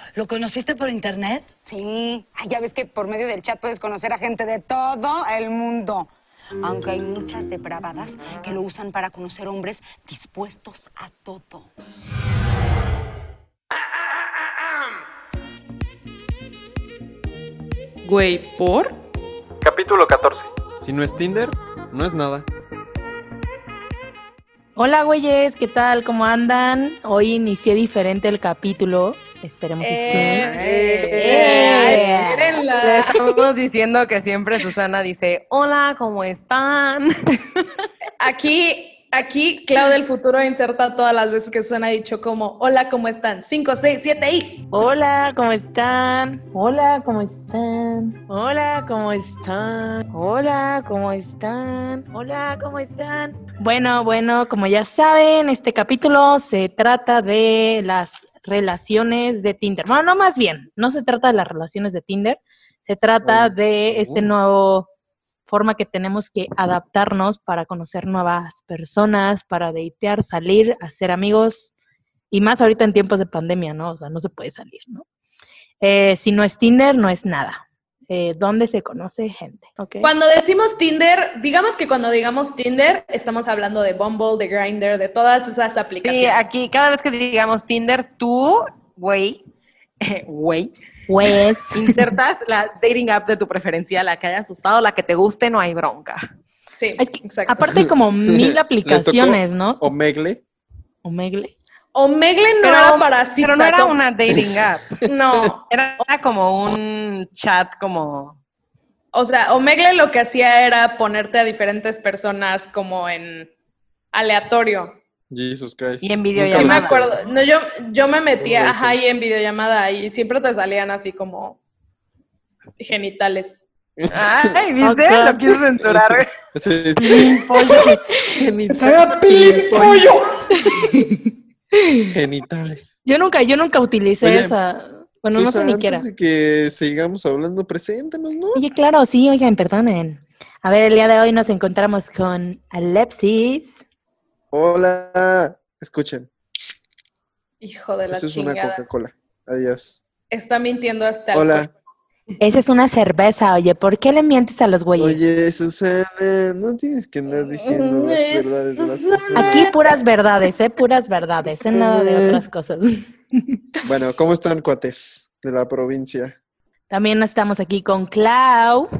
¿Lo conociste por internet? Sí. Ay, ya ves que por medio del chat puedes conocer a gente de todo el mundo. Aunque hay muchas depravadas que lo usan para conocer hombres dispuestos a todo. Güey, ¿por? Capítulo 14. Si no es Tinder, no es nada. Hola güeyes, ¿qué tal? ¿Cómo andan? Hoy inicié diferente el capítulo. Esperemos que sí. Le estamos diciendo que siempre Susana dice, hola, ¿cómo están? Aquí Clau del futuro inserta todas las veces que Susana ha dicho como, hola, ¿cómo están? 5, 6, 7 y... Hola, ¿cómo están? Hola, ¿cómo están? Hola, ¿cómo están? Hola, ¿cómo están? Hola, ¿cómo están? Bueno, como ya saben, este capítulo se trata de las relaciones de Tinder. Bueno, no, más bien, no se trata de las relaciones de Tinder, se trata de este nuevo forma que tenemos que adaptarnos para conocer nuevas personas, para datear, salir, hacer amigos, y más ahorita en tiempos de pandemia, ¿no? O sea, no se puede salir, ¿no? Si no es Tinder, no es nada. ¿Dónde se conoce gente? ¿Okay? Cuando decimos Tinder, digamos que cuando digamos Tinder, estamos hablando de Bumble, de Grindr, de todas esas aplicaciones. Sí, aquí cada vez que digamos Tinder, tú, güey, insertas la dating app de tu preferencia, la que hayas usado, la que te guste, no hay bronca. Sí, Es que, exacto. aparte hay como 1000 aplicaciones, ¿no? Omegle. Omegle. Omegle no era para citas. Pero no era una dating app. No. Era como un chat como... O sea, Omegle lo que hacía era ponerte a diferentes personas como en aleatorio. Jesus Christ. Y en Sí, videollamada. me acuerdo. No, yo me metía, y en videollamada y siempre te salían así como genitales. Ay, ¿viste? Okay. Lo quiso censurar. Genitales. Yo nunca utilicé Oye, esa. Bueno, no sé Susana, ni qué era. antes de que sigamos hablando, preséntanos, ¿no? Oye, claro, sí, oigan, perdonen. A ver, el día de hoy nos encontramos con Alepsis. Hola. Escuchen. Hijo de la Eso es una chingada. Coca-Cola. Adiós. Está mintiendo hasta el Hola. Esa es una cerveza, oye, ¿por qué le mientes a los güeyes? Oye, Susana, no tienes que andar diciendo las verdades de las personas. Aquí puras verdades, puras verdades, nada de otras cosas. Bueno, ¿cómo están, cuates de la provincia? También estamos aquí con Clau.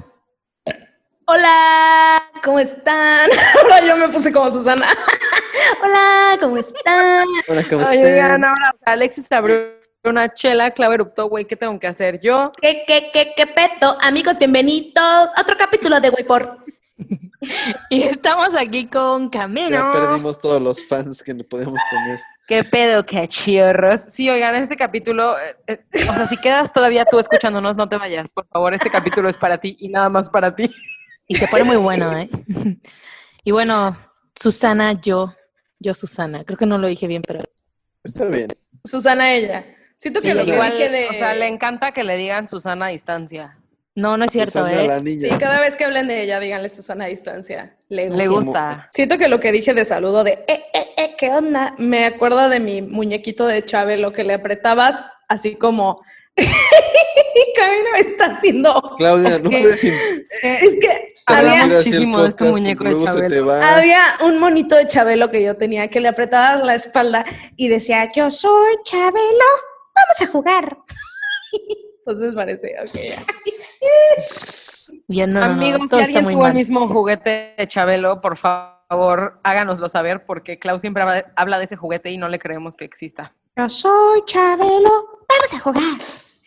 Hola, ¿cómo están? Ahora yo me puse como Susana. Hola, ¿cómo están? Hola, ¿cómo Oigan, están? ahora Alexis abrió una chela, Clau eruptó, güey, ¿qué tengo que hacer yo? ¿Qué peto? Amigos, bienvenidos a otro capítulo de Güey por. Y estamos aquí con Camino. Ya perdimos todos los fans que podemos tener. ¿Qué pedo, cachorros? Sí, oigan, este capítulo, o sea, si quedas todavía tú escuchándonos, no te vayas, por favor, este capítulo es para ti y nada más para ti. Y se pone muy bueno, ¿eh? Y bueno, Susana, yo Susana. Creo que no lo dije bien, pero... Está bien. Susana ella. Siento que Sí, lo que igual, dije de... o sea, le encanta que le digan Susana a distancia. No es cierto, Susana, la niña. Sí, cada vez que hablen de ella, díganle Susana a distancia. Le gusta. Siento que lo que dije de saludo de ¿qué onda? Me acuerdo de mi muñequito de Chabelo que le apretabas así como Camino me está haciendo. Claudia, no puedes ir. Es que Habla había, muchísimo de este muñeco de luego se te Chabelo. va. había un monito de Chabelo que yo tenía que le apretabas la espalda y decía, yo soy Chabelo, vamos a jugar. Entonces parece, ok, ya. Bien, no, Amigos, si todo está alguien muy tuvo el mal. mismo juguete de Chabelo, por favor, háganoslo saber, porque Clau siempre habla de ese juguete y no le creemos que exista. Yo soy Chabelo, vamos a jugar.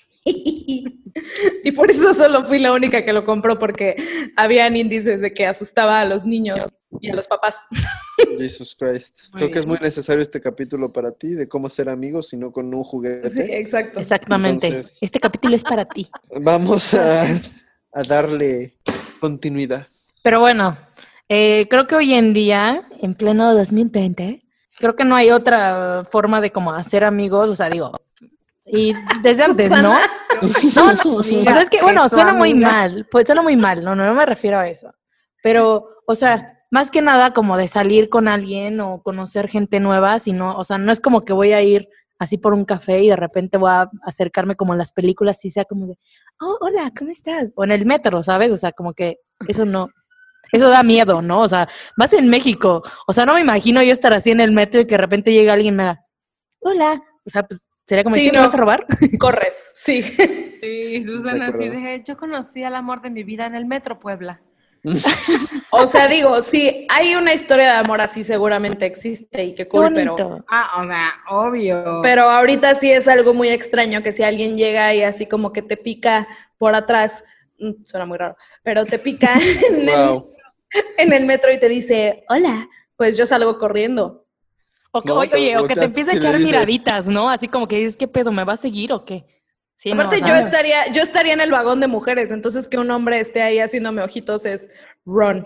Y por eso solo fui la única que lo compró, porque habían índices de que asustaba a los niños y a los papás. Jesus Christ. Muy Creo que es bien. muy necesario este capítulo para ti, de cómo ser amigos y no con un juguete. Sí, exacto. Exactamente. Entonces- Este capítulo es para ti. Vamos a darle continuidad. Pero bueno, creo que hoy en día, en pleno 2020, creo que no hay otra forma de como hacer amigos, o sea, digo, y desde antes, ¿no? No, pues es que, bueno, Eso, suena muy amiga. mal, pues suena muy mal, no me refiero a eso. Pero, o sea, más que nada como de salir con alguien o conocer gente nueva, sino, o sea, no es como que voy a ir así por un café y de repente voy a acercarme como en las películas y sea como de, oh, hola, ¿cómo estás? O en el metro, ¿sabes? O sea, como que eso no, eso da miedo, ¿no? O sea, más en México, o sea, no me imagino yo estar así en el metro y que de repente llega alguien y me da, hola, o sea, pues sería como, Sí, ¿qué me no. vas a robar? Corres, sí. Sí, Susana, De así acuerdo. de, yo conocí al amor de mi vida en el Metro Puebla. O sea, digo, sí, hay una historia de amor así seguramente existe y qué Qué cool, bonito. O sea, obvio. pero ahorita sí es algo muy extraño que si alguien llega y así como que te pica por atrás, suena muy raro, pero te pica Wow. en el metro y te dice, hola, pues yo salgo corriendo. O que, No, te oye, o que te volteas empieza a y le echar dices, miraditas, ¿no? Así como que dices, ¿qué pedo? ¿Me va a seguir o qué? Sí, no, o Aparte, sea, yo estaría en el vagón de mujeres, entonces que un hombre esté ahí haciéndome ojitos es run.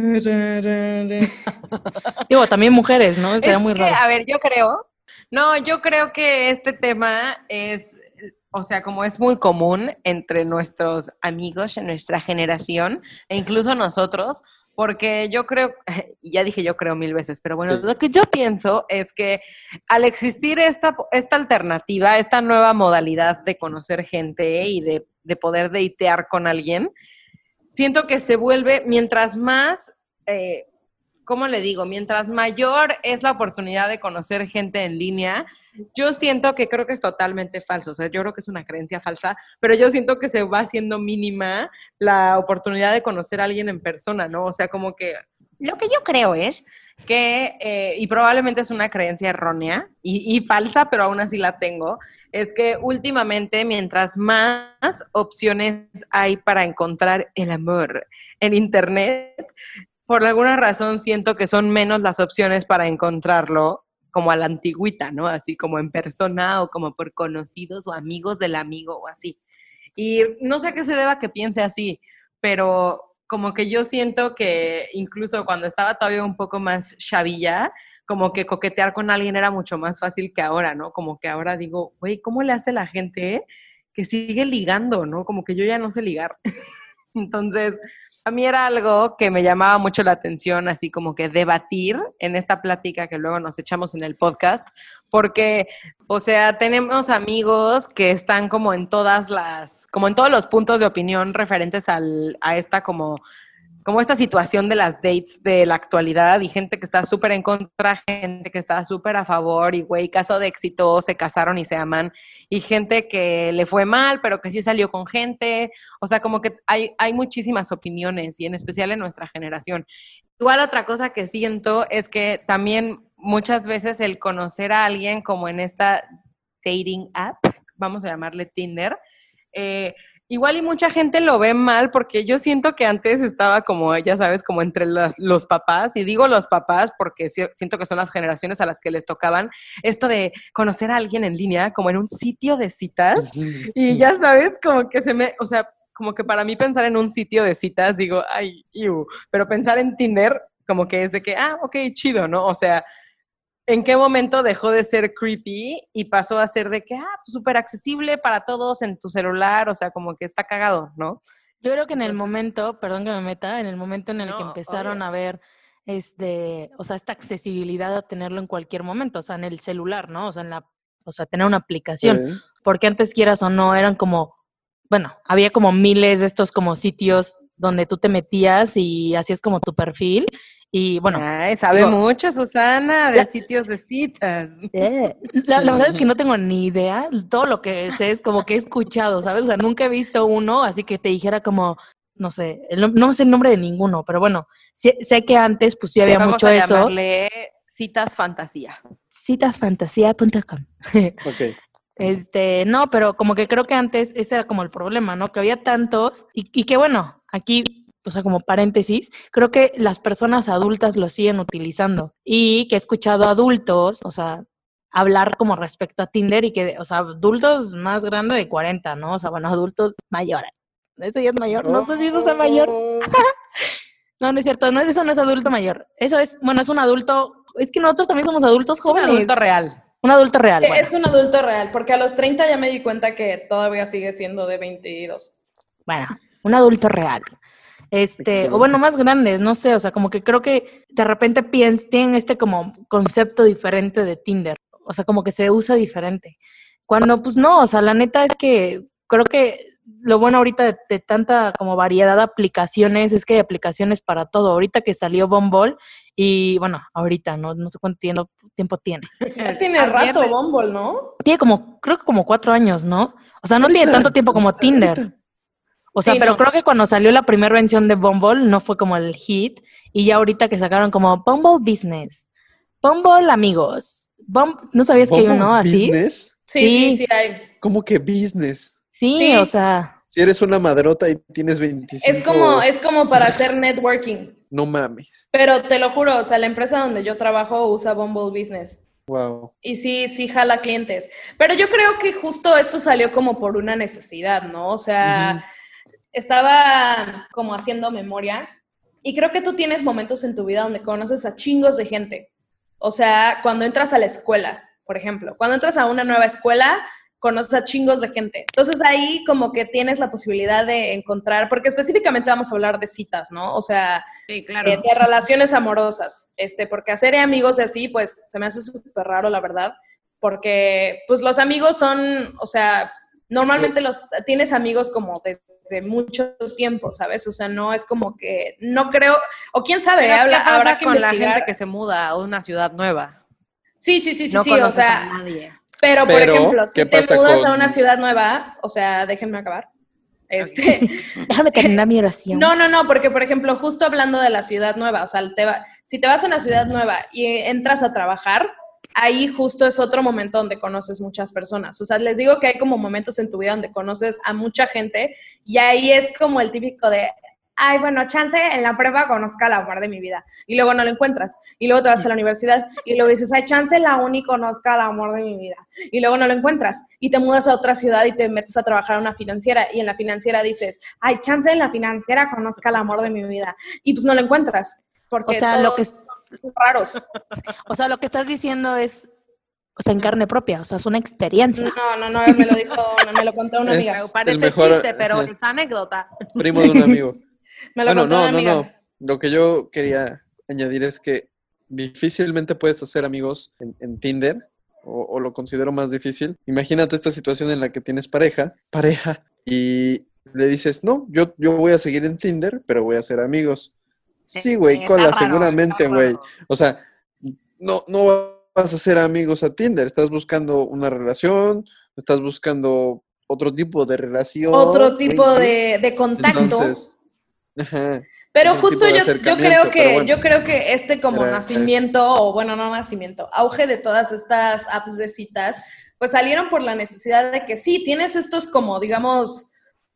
digo, también mujeres, ¿no? Estaría Es muy que, raro. a ver, yo creo que este tema es, o sea, como es muy común entre nuestros amigos en nuestra generación e incluso nosotros, porque yo creo, ya dije yo creo 1000 veces, pero bueno, Sí. lo que yo pienso es que al existir esta alternativa, esta nueva modalidad de conocer gente y de poder datear con alguien, siento que se vuelve mientras más... ¿cómo le digo? Mientras mayor es la oportunidad de conocer gente en línea, yo siento que creo que es totalmente falso. O sea, yo creo que es una creencia falsa, pero yo siento que se va haciendo mínima la oportunidad de conocer a alguien en persona, ¿no? O sea, como que lo que yo creo es que, y probablemente es una creencia errónea y falsa, pero aún así la tengo, es que últimamente mientras más opciones hay para encontrar el amor en Internet, por alguna razón siento que son menos las opciones para encontrarlo como a la antigüita, ¿no? Así como en persona o como por conocidos o amigos del amigo o así. Y no sé a qué se deba que piense así, pero como que yo siento que incluso cuando estaba todavía un poco más chavilla, como que coquetear con alguien era mucho más fácil que ahora, ¿no? Como que ahora digo, güey, ¿cómo le hace la gente que sigue ligando, ¿no? Como que yo ya no sé ligar. Entonces, a mí era algo que me llamaba mucho la atención, así como que debatir en esta plática que luego nos echamos en el podcast, porque, o sea, tenemos amigos que están como en como en todos los puntos de opinión referentes a esta como esta situación de las dates de la actualidad y gente que está súper en contra, gente que está súper a favor y güey, caso de éxito, se casaron y se aman, y gente que le fue mal, pero que sí salió con gente, o sea, como que hay muchísimas opiniones y en especial en nuestra generación. Igual otra cosa que siento es que también muchas veces el conocer a alguien como en esta dating app, vamos a llamarle Tinder, igual y mucha gente lo ve mal porque yo siento que antes estaba como, ya sabes, como entre los papás, y digo los papás porque siento que son las generaciones a las que les tocaban esto de conocer a alguien en línea, como en un sitio de citas, y ya sabes, como que o sea, como que para mí pensar en un sitio de citas, digo, ay, pero pensar en Tinder, como que es de que, ok, chido, ¿no? O sea, ¿en qué momento dejó de ser creepy y pasó a ser de que, súper accesible para todos en tu celular? O sea, como que está cagado, ¿no? Yo creo que en el momento, perdón que me meta, en el momento en el que empezaron obvio. a ver, o sea, esta accesibilidad a tenerlo en cualquier momento, o sea, en el celular, ¿no? O sea, tener una aplicación, Sí. porque antes quieras o no, eran como, bueno, había como miles de estos como sitios donde tú te metías y hacías como tu perfil y bueno. Ay, sabe digo, mucho, Susana, de sitios de citas. La verdad es que no tengo ni idea. Todo lo que sé es como que he escuchado, ¿sabes? O sea, nunca he visto uno, así que te dijera como, no sé, no sé el nombre de ninguno, pero bueno, sé que antes pues sí había Vamos mucho a eso. llamarle citas fantasía. Citasfantasía.com. Ok. No, pero como que creo que antes ese era como el problema, ¿no? Que había tantos y que bueno, aquí, o sea, como paréntesis, creo que las personas adultas lo siguen utilizando y que he escuchado adultos, o sea, hablar como respecto a Tinder y que, o sea, adultos más grandes de 40, ¿no? O sea, bueno, adultos mayores. ¿Eso ya es mayor? No sé si eso es mayor. No, no es cierto, eso no es adulto mayor. Eso es, bueno, es un adulto, es que nosotros también somos adultos Un jóvenes. adulto real. Un adulto real, bueno. Es un adulto real, porque a los 30 ya me di cuenta que todavía sigue siendo de 22. Bueno, un adulto real. O bueno, más grandes, no sé, o sea, como que creo que de repente tienen este como concepto diferente de Tinder. o sea, como que se usa diferente. Cuando, pues no, o sea, la neta es que creo que lo bueno ahorita de tanta como variedad de aplicaciones es que hay aplicaciones para todo. Ahorita que salió Bumble y, bueno, ahorita, no sé cuánto tiempo tiene. Ya tiene rato Bumble, ¿no? Tiene creo que como 4 años, ¿no? O sea, no tiene tanto tiempo como Tinder. O sea, Sí, pero no. creo que cuando salió la primera versión de Bumble no fue como el hit. Y ya ahorita que sacaron como Bumble Business, Bumble Amigos. ¿No sabías que hay ¿Bumble uno así? Business? Sí hay. ¿Cómo que business? Sí, Sí. o sea, Si eres una madrota y tienes 25... Es como para hacer networking. No mames. Pero te lo juro, o sea, la empresa donde yo trabajo usa Bumble Business. Wow. Y sí jala clientes. Pero yo creo que justo esto salió como por una necesidad, ¿no? O sea, estaba como haciendo memoria y creo que tú tienes momentos en tu vida donde conoces a chingos de gente. O sea, cuando entras a la escuela, por ejemplo, cuando entras a una nueva escuela, conoces a chingos de gente. Entonces ahí como que tienes la posibilidad de encontrar, porque específicamente vamos a hablar de citas, ¿no? O sea, Sí, claro. de relaciones amorosas, porque hacer amigos y así, pues se me hace súper raro, la verdad, porque pues los amigos son, o sea, normalmente tienes amigos como desde mucho tiempo, ¿sabes? O sea, no es como que, no creo, o quién sabe, Pero ¿qué pasa habrá que con la investigar. gente que se muda a una ciudad nueva? Sí, No o conoces sea, a nadie. pero por Pero, ejemplo, si ¿qué te pasa mudas con- a una ciudad nueva, o sea, déjenme acabar. déjame terminar mi oración. No, porque por ejemplo, justo hablando de la ciudad nueva, o sea, si te vas a una ciudad nueva y entras a trabajar, ahí justo es otro momento donde conoces muchas personas. O sea, les digo que hay como momentos en tu vida donde conoces a mucha gente y ahí es como el típico de, ay, bueno, chance en la prueba conozca el amor de mi vida. Y luego no lo encuentras. Y luego te vas a la universidad y luego dices, ay, chance en la uni conozca el amor de mi vida. Y luego no lo encuentras. Y te mudas a otra ciudad y te metes a trabajar a una financiera. Y en la financiera dices, ay, chance en la financiera conozca el amor de mi vida. Y pues no lo encuentras. Porque O sea, todos lo que son raros. O sea, lo que estás diciendo es, o sea, en carne propia, o sea, es una experiencia. No, me lo contó una Es- amiga. Pero parece el mejor- chiste, pero ajá. es anécdota. Primo de un amigo. Me lo Bueno, contó una amiga. no. Lo que yo quería añadir es que difícilmente puedes hacer amigos en Tinder, o lo considero más difícil. Imagínate esta situación en la que tienes pareja, y le dices, no, yo voy a seguir en Tinder, pero voy a hacer amigos. Sí, güey, Está cola, raro, seguramente, está güey. raro. O sea, no vas a hacer amigos a Tinder, estás buscando una relación, estás buscando otro tipo de relación. Otro tipo güey. de contacto. Entonces, ajá. Pero Otro justo tipo de yo acercamiento, pero bueno, yo creo que este como era nacimiento, o bueno, no nacimiento, auge de todas estas apps de citas, pues salieron por la necesidad de que sí, tienes estos como, digamos,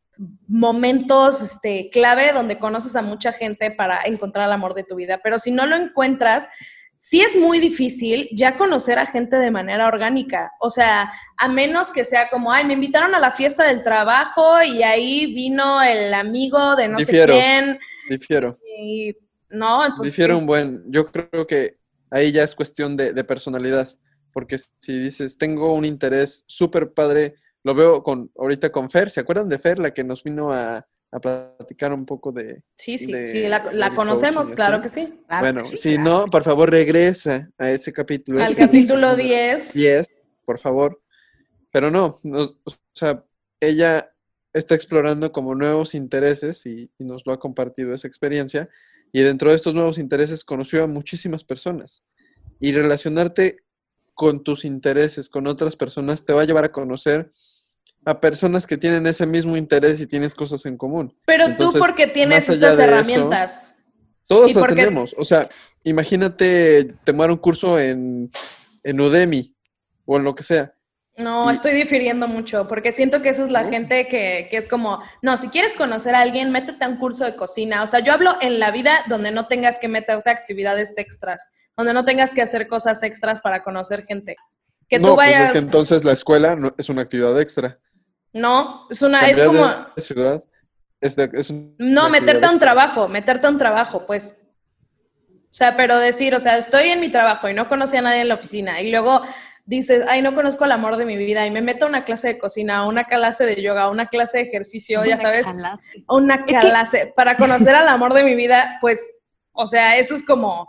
momentos clave donde conoces a mucha gente para encontrar el amor de tu vida, pero si no lo encuentras, sí es muy difícil ya conocer a gente de manera orgánica, o sea, a menos que sea como, ay, me invitaron a la fiesta del trabajo y ahí vino el amigo de no Difiero. sé quién, difiero. y no, entonces Difiero ¿qué? un buen. Yo creo que ahí ya es cuestión de personalidad. Porque si dices, tengo un interés súper padre, lo veo ahorita con Fer. ¿Se acuerdan de Fer, la que nos vino a platicar un poco de. Sí, de- la del conocemos, coaching y claro así? que sí. Claro Bueno, que sí, si claro. no, por favor, regresa a ese capítulo. Al capítulo 10. 10, por favor. Pero no, o sea, ella está explorando como nuevos intereses y nos lo ha compartido esa experiencia. Y dentro de estos nuevos intereses conoció a muchísimas personas. Y relacionarte con tus intereses, con otras personas, te va a llevar a conocer a personas que tienen ese mismo interés y tienes cosas en común. Pero Entonces, tú porque tienes más allá estas de eso, herramientas. todos ¿Y la por qué? tenemos. O sea, imagínate tomar un curso en Udemy o en lo que sea. No, Y- estoy difiriendo mucho, porque siento que esa es la ¿No? gente que es como, no, si quieres conocer a alguien, métete a un curso de cocina. O sea, yo hablo en la vida donde no tengas que meterte a actividades extras, donde no tengas que hacer cosas extras para conocer gente. Que no, tú pues es vayas, que entonces la escuela no, es una actividad extra. no, es Cambiar como, de ciudad es una no, actividad meterte a un trabajo, pues. O sea, pero decir, o sea, estoy en mi trabajo y no conocí a nadie en la oficina y luego dices, ay, no conozco el amor de mi vida y me meto a una clase de cocina, a una clase de yoga, a una clase de ejercicio, ya sabes, a una Es que- clase para conocer al amor de mi vida, pues, o sea, eso es como,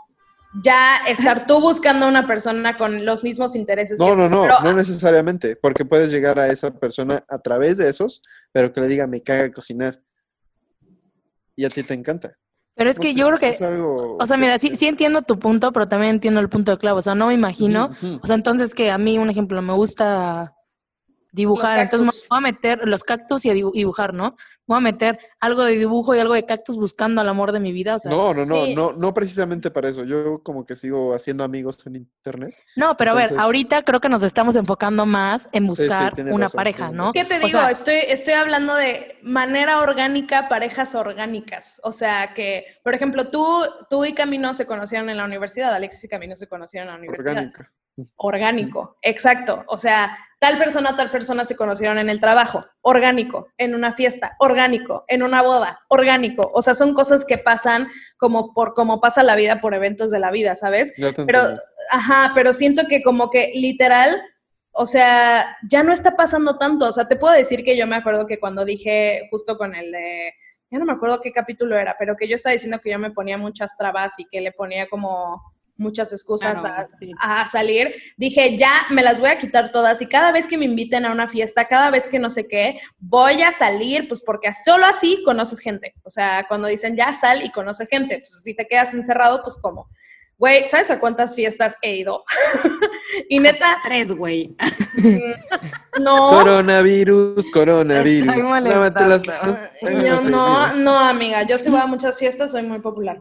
ya estar tú buscando a una persona con los mismos intereses. No, pero, no necesariamente, porque puedes llegar a esa persona a través de esos, pero que le diga, me caga cocinar. Y a ti te encanta. Pero es No que sé, yo creo que, es algo o sea, mira, sí entiendo tu punto, pero también entiendo el punto de Clavo. O sea, no me imagino, Ujú. o sea, entonces que a mí, un ejemplo, me gusta dibujar, Los entonces me cactus. voy a meter los cactus y a dibujar, ¿no? Me voy a meter algo de dibujo y algo de cactus buscando al amor de mi vida, o sea. Sí. No precisamente para eso. Yo como que sigo haciendo amigos en internet. No, pero a ver, Entonces, ahorita creo que nos estamos enfocando más en sí, buscar tienes una razón, pareja, tienes ¿no? ¿Qué razón. te O digo? sea, Estoy hablando de manera orgánica, parejas orgánicas. O sea que, por ejemplo, tú y Camino se conocieron en la universidad, Alexis y Camino se conocieron en la universidad. Orgánica. Orgánico, exacto. O sea, tal persona se conocieron en el trabajo, orgánico, en una fiesta, orgánico, en una boda, orgánico. O sea, son cosas que pasan como pasa la vida por eventos de la vida, ¿sabes? Ya te Pero, entendí. pero siento que como que literal, o sea, ya no está pasando tanto. O sea, te puedo decir que yo me acuerdo que cuando dije justo con el de, ya no me acuerdo qué capítulo era, pero que yo estaba diciendo que yo me ponía muchas trabas y que le ponía como muchas excusas Claro, sí. a salir, dije, ya me las voy a quitar todas y cada vez que me inviten a una fiesta, cada vez que no sé qué, voy a salir, pues porque solo así conoces gente. O sea, cuando dicen ya sal y conoce gente, pues si te quedas encerrado, pues ¿cómo? Güey, ¿sabes a cuántas fiestas he ido? Y neta, 3, güey. no, Coronavirus. Estoy Lávate las molestando. manos. yo no, amiga, yo sí voy a muchas fiestas, soy muy popular.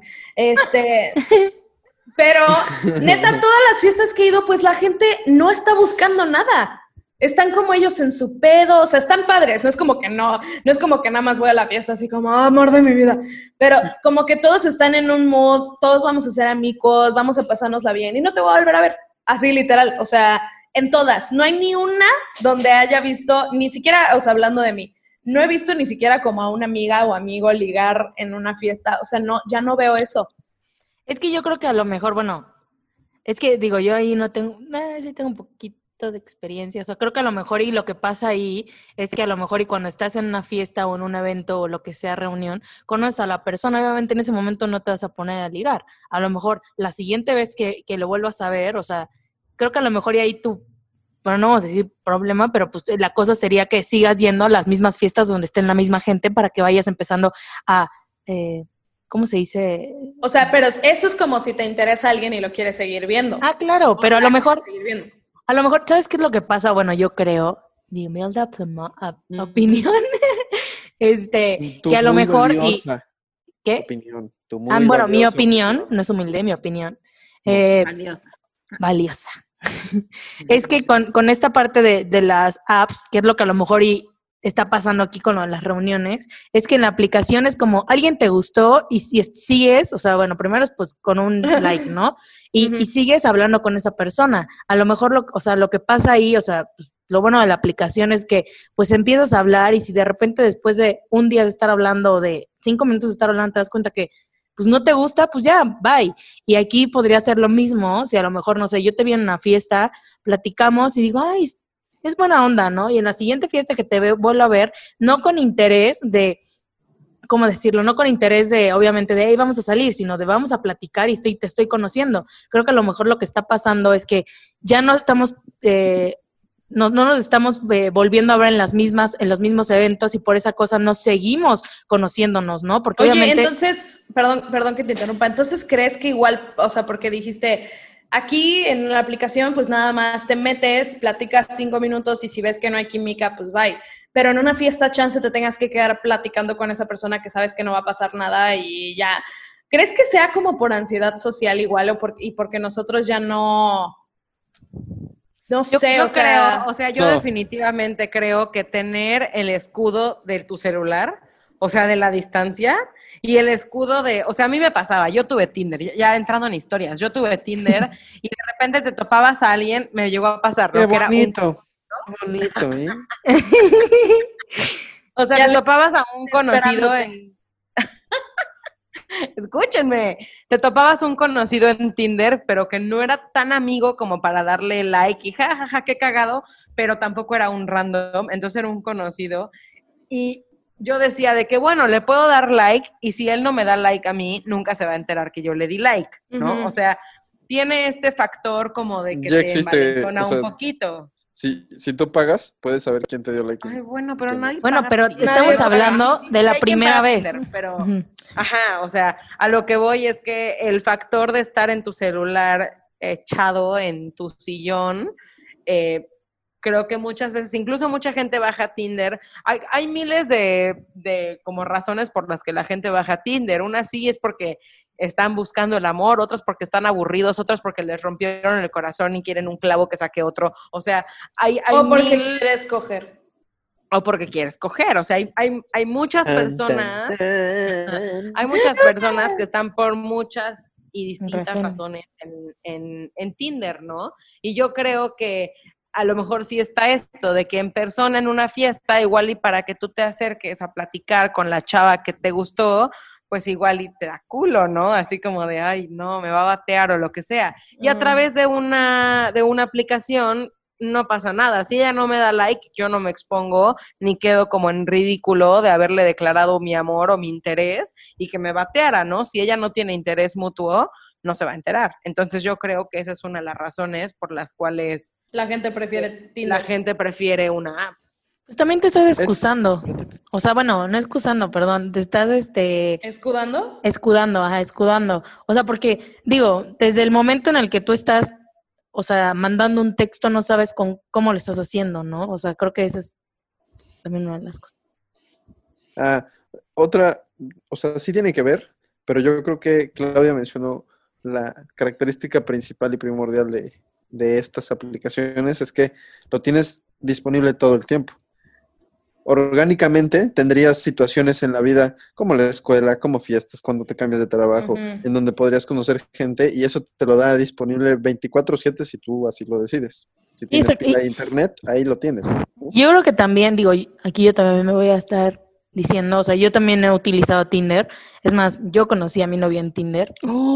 Pero neta, todas las fiestas que he ido, pues la gente no está buscando nada. Están como ellos en su pedo, o sea, están padres, no es como que no es como que nada más voy a la fiesta así como, amor de mi vida, pero como que todos están en un mood, todos vamos a ser amigos, vamos a pasárnosla bien y no te voy a volver a ver, así literal, o sea, en todas, no hay ni una donde haya visto, ni siquiera, o sea, hablando de mí, no he visto ni siquiera como a una amiga o amigo ligar en una fiesta, o sea, no, ya no veo eso. es que yo creo que a lo mejor, bueno, es que digo, yo ahí no tengo, sí tengo un poquito de experiencia, o sea, creo que a lo mejor y lo que pasa ahí es que a lo mejor y cuando estás en una fiesta o en un evento o lo que sea reunión, conoces a la persona, obviamente en ese momento no te vas a poner a ligar, a lo mejor la siguiente vez que lo vuelvas a ver, o sea, creo que a lo mejor y ahí tú, bueno, no vamos a decir problema, pero pues la cosa sería que sigas yendo a las mismas fiestas donde estén la misma gente para que vayas empezando a, ¿cómo se dice? O sea, pero eso es como si te interesa a alguien y lo quieres seguir viendo. Ah, claro, pero a lo mejor, Seguir viendo. a lo mejor, ¿sabes qué es lo que pasa? Bueno, yo creo, mi humilde opinión, Tu que a lo muy mejor, valiosa ¿qué? opinión. Tu muy Bueno, mi valiosa opinión, no es humilde, mi opinión, No. Valiosa. valiosa. Es que con esta parte de las apps, que es lo que a lo mejor y está pasando aquí con las reuniones, es que en la aplicación es como alguien te gustó y sigues, o sea, bueno, primero es pues con un like, ¿no? Y sigues hablando con esa persona. A lo mejor, o sea, lo que pasa ahí, o sea, pues, lo bueno de la aplicación es que pues empiezas a hablar y si de repente después de un día de estar hablando o de 5 minutos de estar hablando te das cuenta que pues no te gusta, pues ya, bye. Y aquí podría ser lo mismo, si a lo mejor, no sé, yo te vi en una fiesta, platicamos y digo, ay, es buena onda, ¿no? Y en la siguiente fiesta que te vuelvo a ver, no con interés de, ¿cómo decirlo? No con interés de, obviamente, de, hey, vamos a salir, sino de vamos a platicar y te estoy conociendo. Creo que a lo mejor lo que está pasando es que ya no estamos... no nos estamos volviendo a ver en los mismos eventos y por esa cosa no seguimos conociéndonos, ¿no? Porque Oye, obviamente... entonces, perdón que te interrumpa, entonces crees que igual, o sea, porque dijiste, aquí en la aplicación pues nada más te metes, platicas 5 minutos y si ves que no hay química, pues bye. Pero en una fiesta chance te tengas que quedar platicando con esa persona que sabes que no va a pasar nada y ya. ¿Crees que sea como por ansiedad social igual y porque nosotros ya no... No sé, Yo o sea... creo, o sea, yo No. definitivamente creo que tener el escudo de tu celular, o sea, de la distancia, y el escudo de, o sea, a mí me pasaba, yo tuve Tinder, ya entrando en historias, yo tuve Tinder y de repente te topabas a alguien, me llegó a pasar, ¿no? Qué Que era bonito. Qué bonito, ¿eh? o sea, Ya te le- topabas a un conocido esperándote. en... Escúchenme, te topabas un conocido en Tinder, pero que no era tan amigo como para darle like y jajaja, qué cagado, pero tampoco era un random, entonces era un conocido. Y yo decía de que, bueno, le puedo dar like y si él no me da like a mí, nunca se va a enterar que yo le di like, ¿no? O sea, tiene este factor como de que Ya te existe, envalentona o sea, un poquito. si tú pagas, puedes saber quién te dio like. Ay, bueno, pero ¿Quién no? nadie Bueno, paga pero Tinder. estamos Nadie hablando Sí, de la hay quien primera paga vez. Tinder, pero, Ujú. ajá, o sea, a lo que voy es que el factor de estar en tu celular echado en tu sillón, creo que muchas veces, incluso mucha gente baja Tinder. Hay miles de como razones por las que la gente baja Tinder. Una sí es porque están buscando el amor, otras porque están aburridos, otras porque les rompieron el corazón y quieren un clavo que saque otro. O sea, hay O porque mil... quieres coger. O porque quieres coger. O sea, hay muchas Tan, tan, personas, tan. hay muchas personas que están por muchas y distintas Razones. razones en Tinder, ¿no? Y yo creo que a lo mejor sí está esto, de que en persona en una fiesta, igual y para que tú te acerques a platicar con la chava que te gustó, pues igual y te da culo, ¿no? Así como de, ay, no, me va a batear o lo que sea. Y a través de una aplicación no pasa nada. Si ella no me da like, yo no me expongo, ni quedo como en ridículo de haberle declarado mi amor o mi interés y que me bateara, ¿no? Si ella no tiene interés mutuo, no se va a enterar. Entonces yo creo que esa es una de las razones por las cuales La gente prefiere Tinder. la gente prefiere una app. Pues también te estás Es- excusando. O sea, bueno, no excusando, perdón. Te estás ¿Escudando? escudando. O sea, porque, digo, desde el momento en el que tú estás, o sea, mandando un texto, no sabes cómo lo estás haciendo, ¿no? O sea, creo que esa es también una de las cosas. Otra, o sea, sí tiene que ver, pero yo creo que Claudia mencionó la característica principal y primordial de estas aplicaciones es que lo tienes disponible todo el tiempo. Orgánicamente tendrías situaciones en la vida como la escuela, como fiestas, cuando te cambias de trabajo, Ujú. en donde podrías conocer gente y eso te lo da disponible 24/7 si tú así lo decides. Si tienes exacto. pila de internet, ahí lo tienes. Yo creo que también, digo, aquí yo también me voy a estar diciendo, o sea, yo también he utilizado Tinder. Es más, yo conocí a mi novia en Tinder.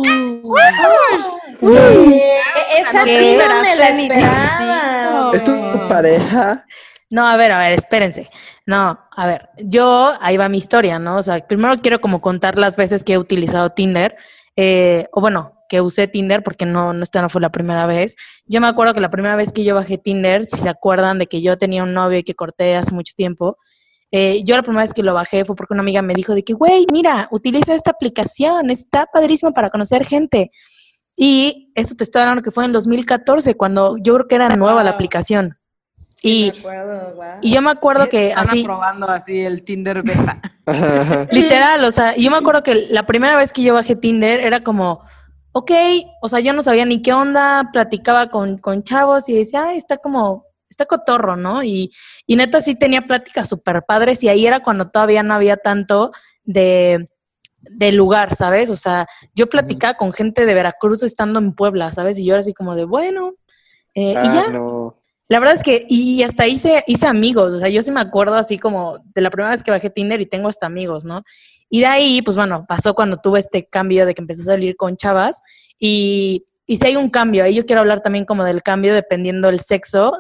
Esa ¿Qué? sí no me la Esperaste ni esperaba. ¿Es tu güey. pareja? No, a ver, espérense. No, a ver, ahí va mi historia, ¿no? O sea, primero quiero como contar las veces que he utilizado Tinder, o bueno, que usé Tinder, porque esta no fue la primera vez. Yo me acuerdo que la primera vez que yo bajé Tinder, si se acuerdan de que yo tenía un novio y que corté hace mucho tiempo, yo la primera vez que lo bajé fue porque una amiga me dijo de que, güey, mira, utiliza esta aplicación, está padrísimo para conocer gente. Y eso te estoy hablando que fue en 2014, cuando yo creo que era nueva la Wow. aplicación. Sí, Y, me acuerdo, wow. y yo me acuerdo que Están así, aprobando así el Tinder beta. Ajá. literal, o sea, yo me acuerdo que la primera vez que yo bajé Tinder era como, ok, o sea, yo no sabía ni qué onda, platicaba con chavos y decía, ay, está cotorro, ¿no? Y neta sí tenía pláticas súper padres y ahí era cuando todavía no había tanto de lugar, ¿sabes? O sea, yo platicaba con gente de Veracruz estando en Puebla, ¿sabes? Y yo era así como de, bueno, y ya. No. La verdad es que, y hasta hice amigos, o sea, yo sí me acuerdo así como de la primera vez que bajé Tinder y tengo hasta amigos, ¿no? Y de ahí, pues bueno, pasó cuando tuve este cambio de que empecé a salir con chavas y si hay un cambio, ahí yo quiero hablar también como del cambio dependiendo del sexo,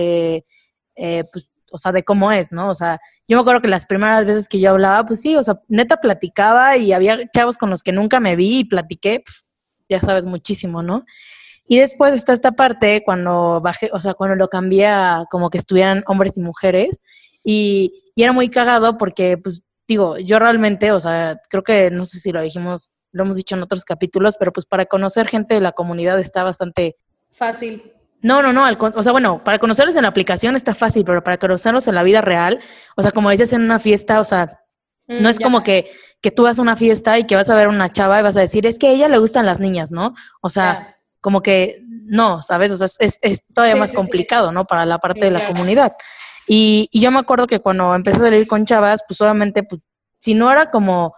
pues, o sea, de cómo es, ¿no? O sea, yo me acuerdo que las primeras veces que yo hablaba, pues sí, o sea, neta platicaba y había chavos con los que nunca me vi y platiqué, ya sabes, muchísimo, ¿no? Y después está esta parte cuando bajé, o sea, cuando lo cambié a como que estuvieran hombres y mujeres y era muy cagado porque, pues, digo, yo realmente, o sea, creo que, no sé si lo hemos dicho en otros capítulos, pero pues para conocer gente de la comunidad está bastante... Fácil. No, o sea, bueno, para conocerlos en la aplicación está fácil, pero para conocerlos en la vida real, o sea, como dices en una fiesta, o sea, no es ya. como que tú vas a una fiesta y que vas a ver a una chava y vas a decir, es que a ella le gustan las niñas, ¿no? O sea... Ya. como que no, ¿sabes? O sea, es todavía Sí, más sí, complicado, ¿no? Para la parte Sí, de la claro. comunidad. Y yo me acuerdo que cuando empecé a salir con chavas, pues obviamente, pues, si no era como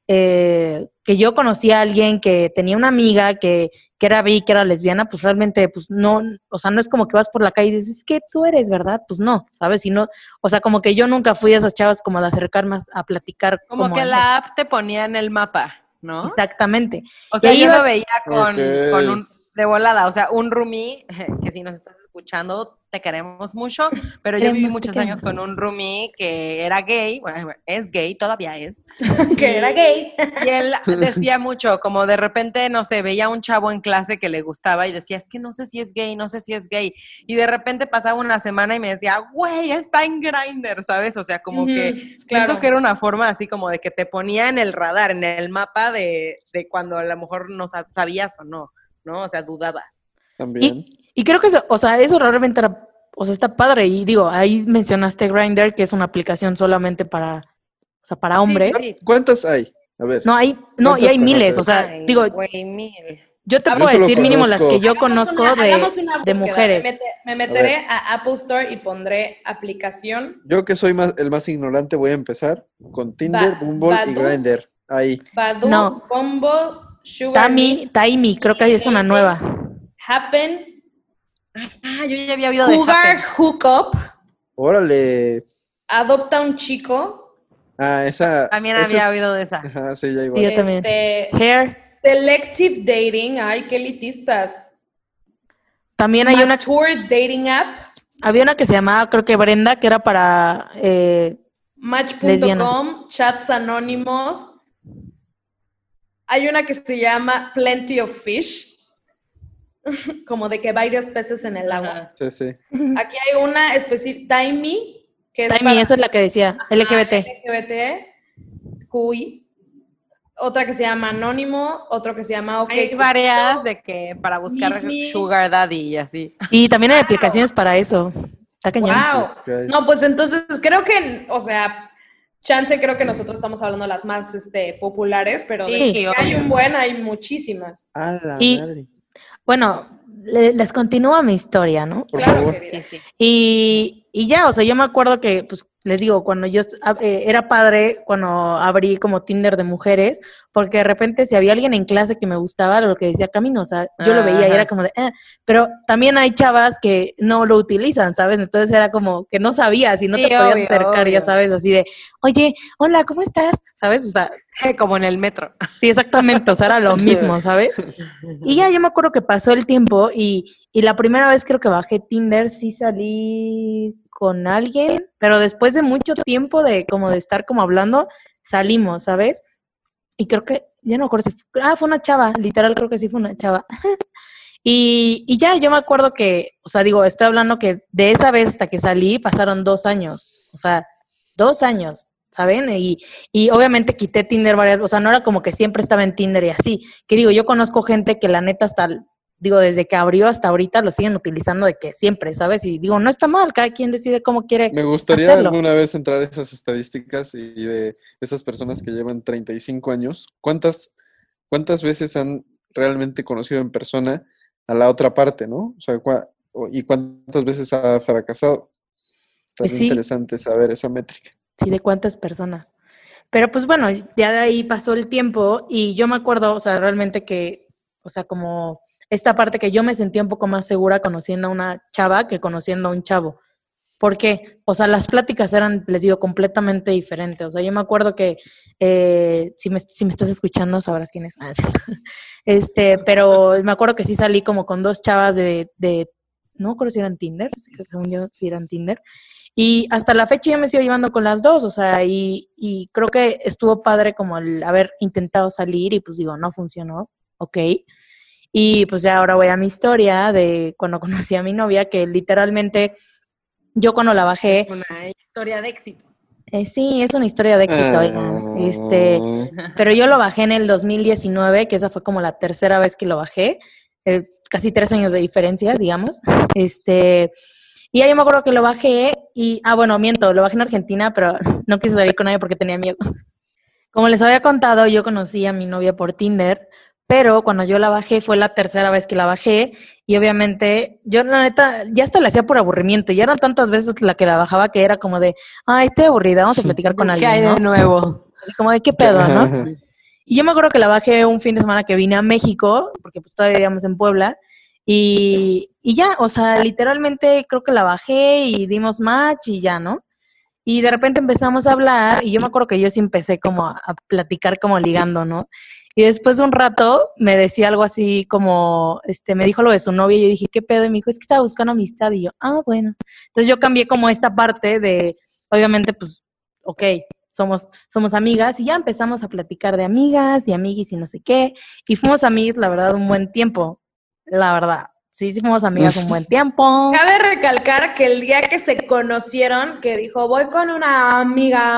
que yo conocía a alguien que tenía una amiga que era bi, que era lesbiana, pues realmente, pues no, o sea, no es como que vas por la calle y dices, es que tú eres, ¿verdad? Pues no, ¿sabes? Si no, o sea, como que yo nunca fui a esas chavas como de acercarme a platicar. Como que en la eso. app te ponía en el mapa, ¿no? Exactamente. O Y sea, ahí yo lo ibas- veía con Ok. de volada, o sea, un roomie, que si nos estás escuchando, te queremos mucho, pero yo viví muchos años con un roomie que era gay, bueno, es gay, todavía es. Que era gay. Y él decía mucho, como de repente, no sé, veía a un chavo en clase que le gustaba y decía, es que no sé si es gay, no sé si es gay. Y de repente pasaba una semana y me decía, güey, está en Grindr, ¿sabes? O sea, como que siento claro. que era una forma así como de que te ponía en el radar, en el mapa de cuando a lo mejor no sabías o no, ¿no? O sea, dudabas. También. Y creo que eso, o sea, eso realmente era, o sea, está padre. Y digo, ahí mencionaste Grindr, que es una aplicación solamente para, o sea, para hombres. Sí. ¿Cuántas hay? A ver. No, y ¿Cuántas hay miles, conoces? o sea, Ay, digo, güey, mil. yo te Yo puedo solo decir mínimo las conozco- que yo Hagamos conozco hagamos una de búsqueda. mujeres. Me meteré a Apple Store y pondré aplicación Yo que soy el más ignorante voy a empezar con Tinder, Bumble y Badoo. Grindr. Ahí. Badoo, No. Bumble, Sugar Meet, Taimi, creo que es una nueva. Happen, Ah, yo ya había oído de Cougar Happen. Hookup, Órale. Adopta un chico, Ah, esa. También esa había es- oído de esa. Ajá, sí, ya Sí, igual. yo también. este, Hair, Selective Dating, ay, qué elitistas. también hay una, Mature Dating App, había una que se llamaba, creo que Brenda, que era para lesbianas. Match.com, Chats Anónimos. Hay una que se llama Plenty of Fish, como de que varios peces en el agua. Ajá. Sí, sí. Aquí hay una específica, Timey, que es Taimi, para esa es la que decía, LGBT. LGBT, QI. Otra que se llama Anónimo, otro que se llama OK. Hay varias de que para buscar Mimi. Sugar Daddy y así. Y también hay aplicaciones para eso. Está cañón. Wow. Jesus Christ. No, pues entonces creo que, o sea, chance creo que nosotros estamos hablando de las más populares, pero de Sí, que obvio. hay un buen, hay muchísimas. A la Y- madre. Bueno, les continúa mi historia, ¿no? Por Claro, favor. querida. Sí, sí. Y ya, o sea, yo me acuerdo que, pues, les digo, cuando yo era padre, cuando abrí como Tinder de mujeres, porque de repente si había alguien en clase que me gustaba, lo que decía Camino, o sea, yo lo veía y Ajá. era como de, pero también hay chavas que no lo utilizan, ¿sabes? Entonces era como que no sabías y no Sí, te podías obvio, acercar, ya obvio. sabes, así de, oye, hola, ¿cómo estás? ¿Sabes? O sea, Como en el metro. sí, exactamente, o sea, era lo mismo, ¿sabes? Y ya yo me acuerdo que pasó el tiempo y la primera vez creo que bajé Tinder, sí salí con alguien, pero después de mucho tiempo de como de estar como hablando, salimos, ¿sabes? Y creo que, ya no me acuerdo si fue una chava, literal creo que sí fue una chava. Y ya yo me acuerdo que, o sea, digo, estoy hablando que de esa vez hasta que salí pasaron 2 años, o sea, 2 años, ¿saben? Y obviamente quité Tinder varias, o sea, no era como que siempre estaba en Tinder y así, que digo, yo conozco gente que la neta hasta, digo, desde que abrió hasta ahorita lo siguen utilizando de que siempre, ¿sabes? Y digo, no está mal, cada quien decide cómo quiere Me gustaría hacerlo. alguna vez entrar a esas estadísticas y de esas personas que llevan 35 años. ¿Cuántas veces han realmente conocido en persona a la otra parte, ¿no? O sea, ¿y cuántas veces ha fracasado? Estaría Pues sí. interesante saber esa métrica. Sí, de cuántas personas. Pero pues bueno, ya de ahí pasó el tiempo y yo me acuerdo, o sea, realmente que, o sea, como esta parte que yo me sentía un poco más segura conociendo a una chava que conociendo a un chavo. ¿Por qué? O sea, las pláticas eran, les digo, completamente diferentes. O sea, yo me acuerdo que, si me estás escuchando, sabrás quién es. Ah, sí. Pero me acuerdo que sí salí como con 2 chavas de no me acuerdo si eran Tinder, según yo sí eran Tinder. Y hasta la fecha yo me sigo llevando con las 2, o sea, y creo que estuvo padre como el haber intentado salir y pues digo, no funcionó, ok. Y pues ya ahora voy a mi historia de cuando conocí a mi novia, que literalmente yo cuando la bajé, Es una historia de éxito. sí, es una historia de éxito, oigan. Pero yo lo bajé en el 2019, que esa fue como la tercera vez que lo bajé, casi 3 años de diferencia, digamos. Y ahí me acuerdo que lo bajé y, bueno, miento, lo bajé en Argentina, pero no quise salir con nadie porque tenía miedo. Como les había contado, yo conocí a mi novia por Tinder, pero cuando yo la bajé fue la tercera vez que la bajé y obviamente yo la neta ya hasta la hacía por aburrimiento, ya eran tantas veces la que la bajaba que era como de, ay, estoy aburrida, vamos a platicar con ¿Qué hay alguien, de ¿no? nuevo? Así como de qué pedo, ¿no? Y yo me acuerdo que la bajé un fin de semana que vine a México, porque pues todavía vivíamos en Puebla, y ya, o sea, literalmente creo que la bajé y dimos match y ya, ¿no? Y de repente empezamos a hablar y yo me acuerdo que yo sí empecé como a platicar como ligando, ¿no? Y después de un rato me decía algo así como, me dijo lo de su novia y yo dije, ¿qué pedo? Y me dijo, es que estaba buscando amistad. Y yo, bueno. Entonces yo cambié como esta parte de, obviamente, pues, ok, somos amigas y ya empezamos a platicar de amigas y amiguis y no sé qué. Y fuimos amigas, la verdad, un buen tiempo. La verdad. Sí, fuimos amigas un buen tiempo. Cabe recalcar que el día que se conocieron, que dijo, voy con una amiga,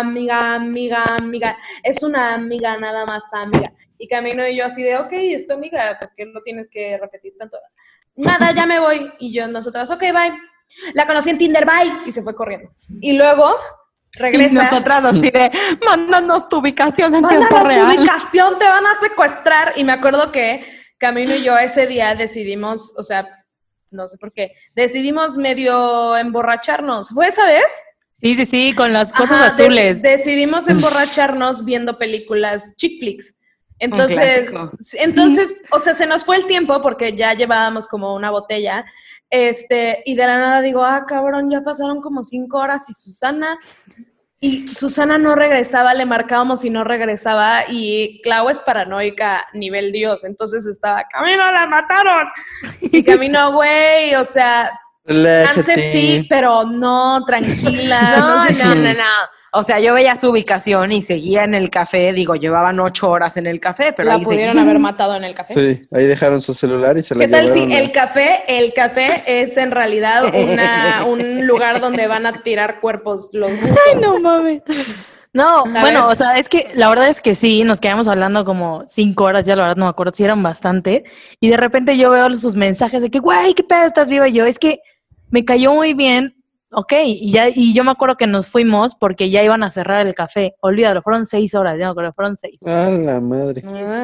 es una amiga, nada más está amiga. Y Camino y yo así de, ok, es tu amiga, ¿por qué no tienes que repetir tanto? Nada, ya me voy. Y nosotras, ok, bye. La conocí en Tinder, bye. Y se fue corriendo. Y luego regresa. Y nosotras así de, mándanos tu ubicación en tiempo real. Mándanos tu ubicación, te van a secuestrar. Y me acuerdo que Camino y yo ese día decidimos, o sea, no sé por qué, decidimos medio emborracharnos. ¿Fue esa vez? Sí, con las cosas azules. Decidimos emborracharnos viendo películas chick flicks. Entonces, o sea, se nos fue el tiempo porque ya llevábamos como una botella, y de la nada digo, cabrón, ya pasaron como 5 horas y Susana no regresaba, le marcábamos y no regresaba, y Clau es paranoica nivel Dios, entonces estaba, Camino, la mataron, y Camino, güey, o sea, cáncer sí, pero no, tranquila. No. O sea, yo veía su ubicación y seguía en el café, digo, llevaban 8 horas en el café, pero la ahí pudieron haber matado en el café. Sí, ahí dejaron su celular y se la ¿Qué tal llevaron. si el café es en realidad un lugar donde van a tirar cuerpos los rusos? Ay, no mames. No, bueno, o sea, es que la verdad es que sí, nos quedamos hablando como 5 horas, ya la verdad no me acuerdo si eran bastante, y de repente yo veo sus mensajes de que, güey, ¿qué pedo? ¿Estás viva? Y yo, es que me cayó muy bien. Ok, y yo me acuerdo que nos fuimos porque ya iban a cerrar el café. Olvídalo, fueron 6 horas, ya me acuerdo, fueron 6. ¡A la madre!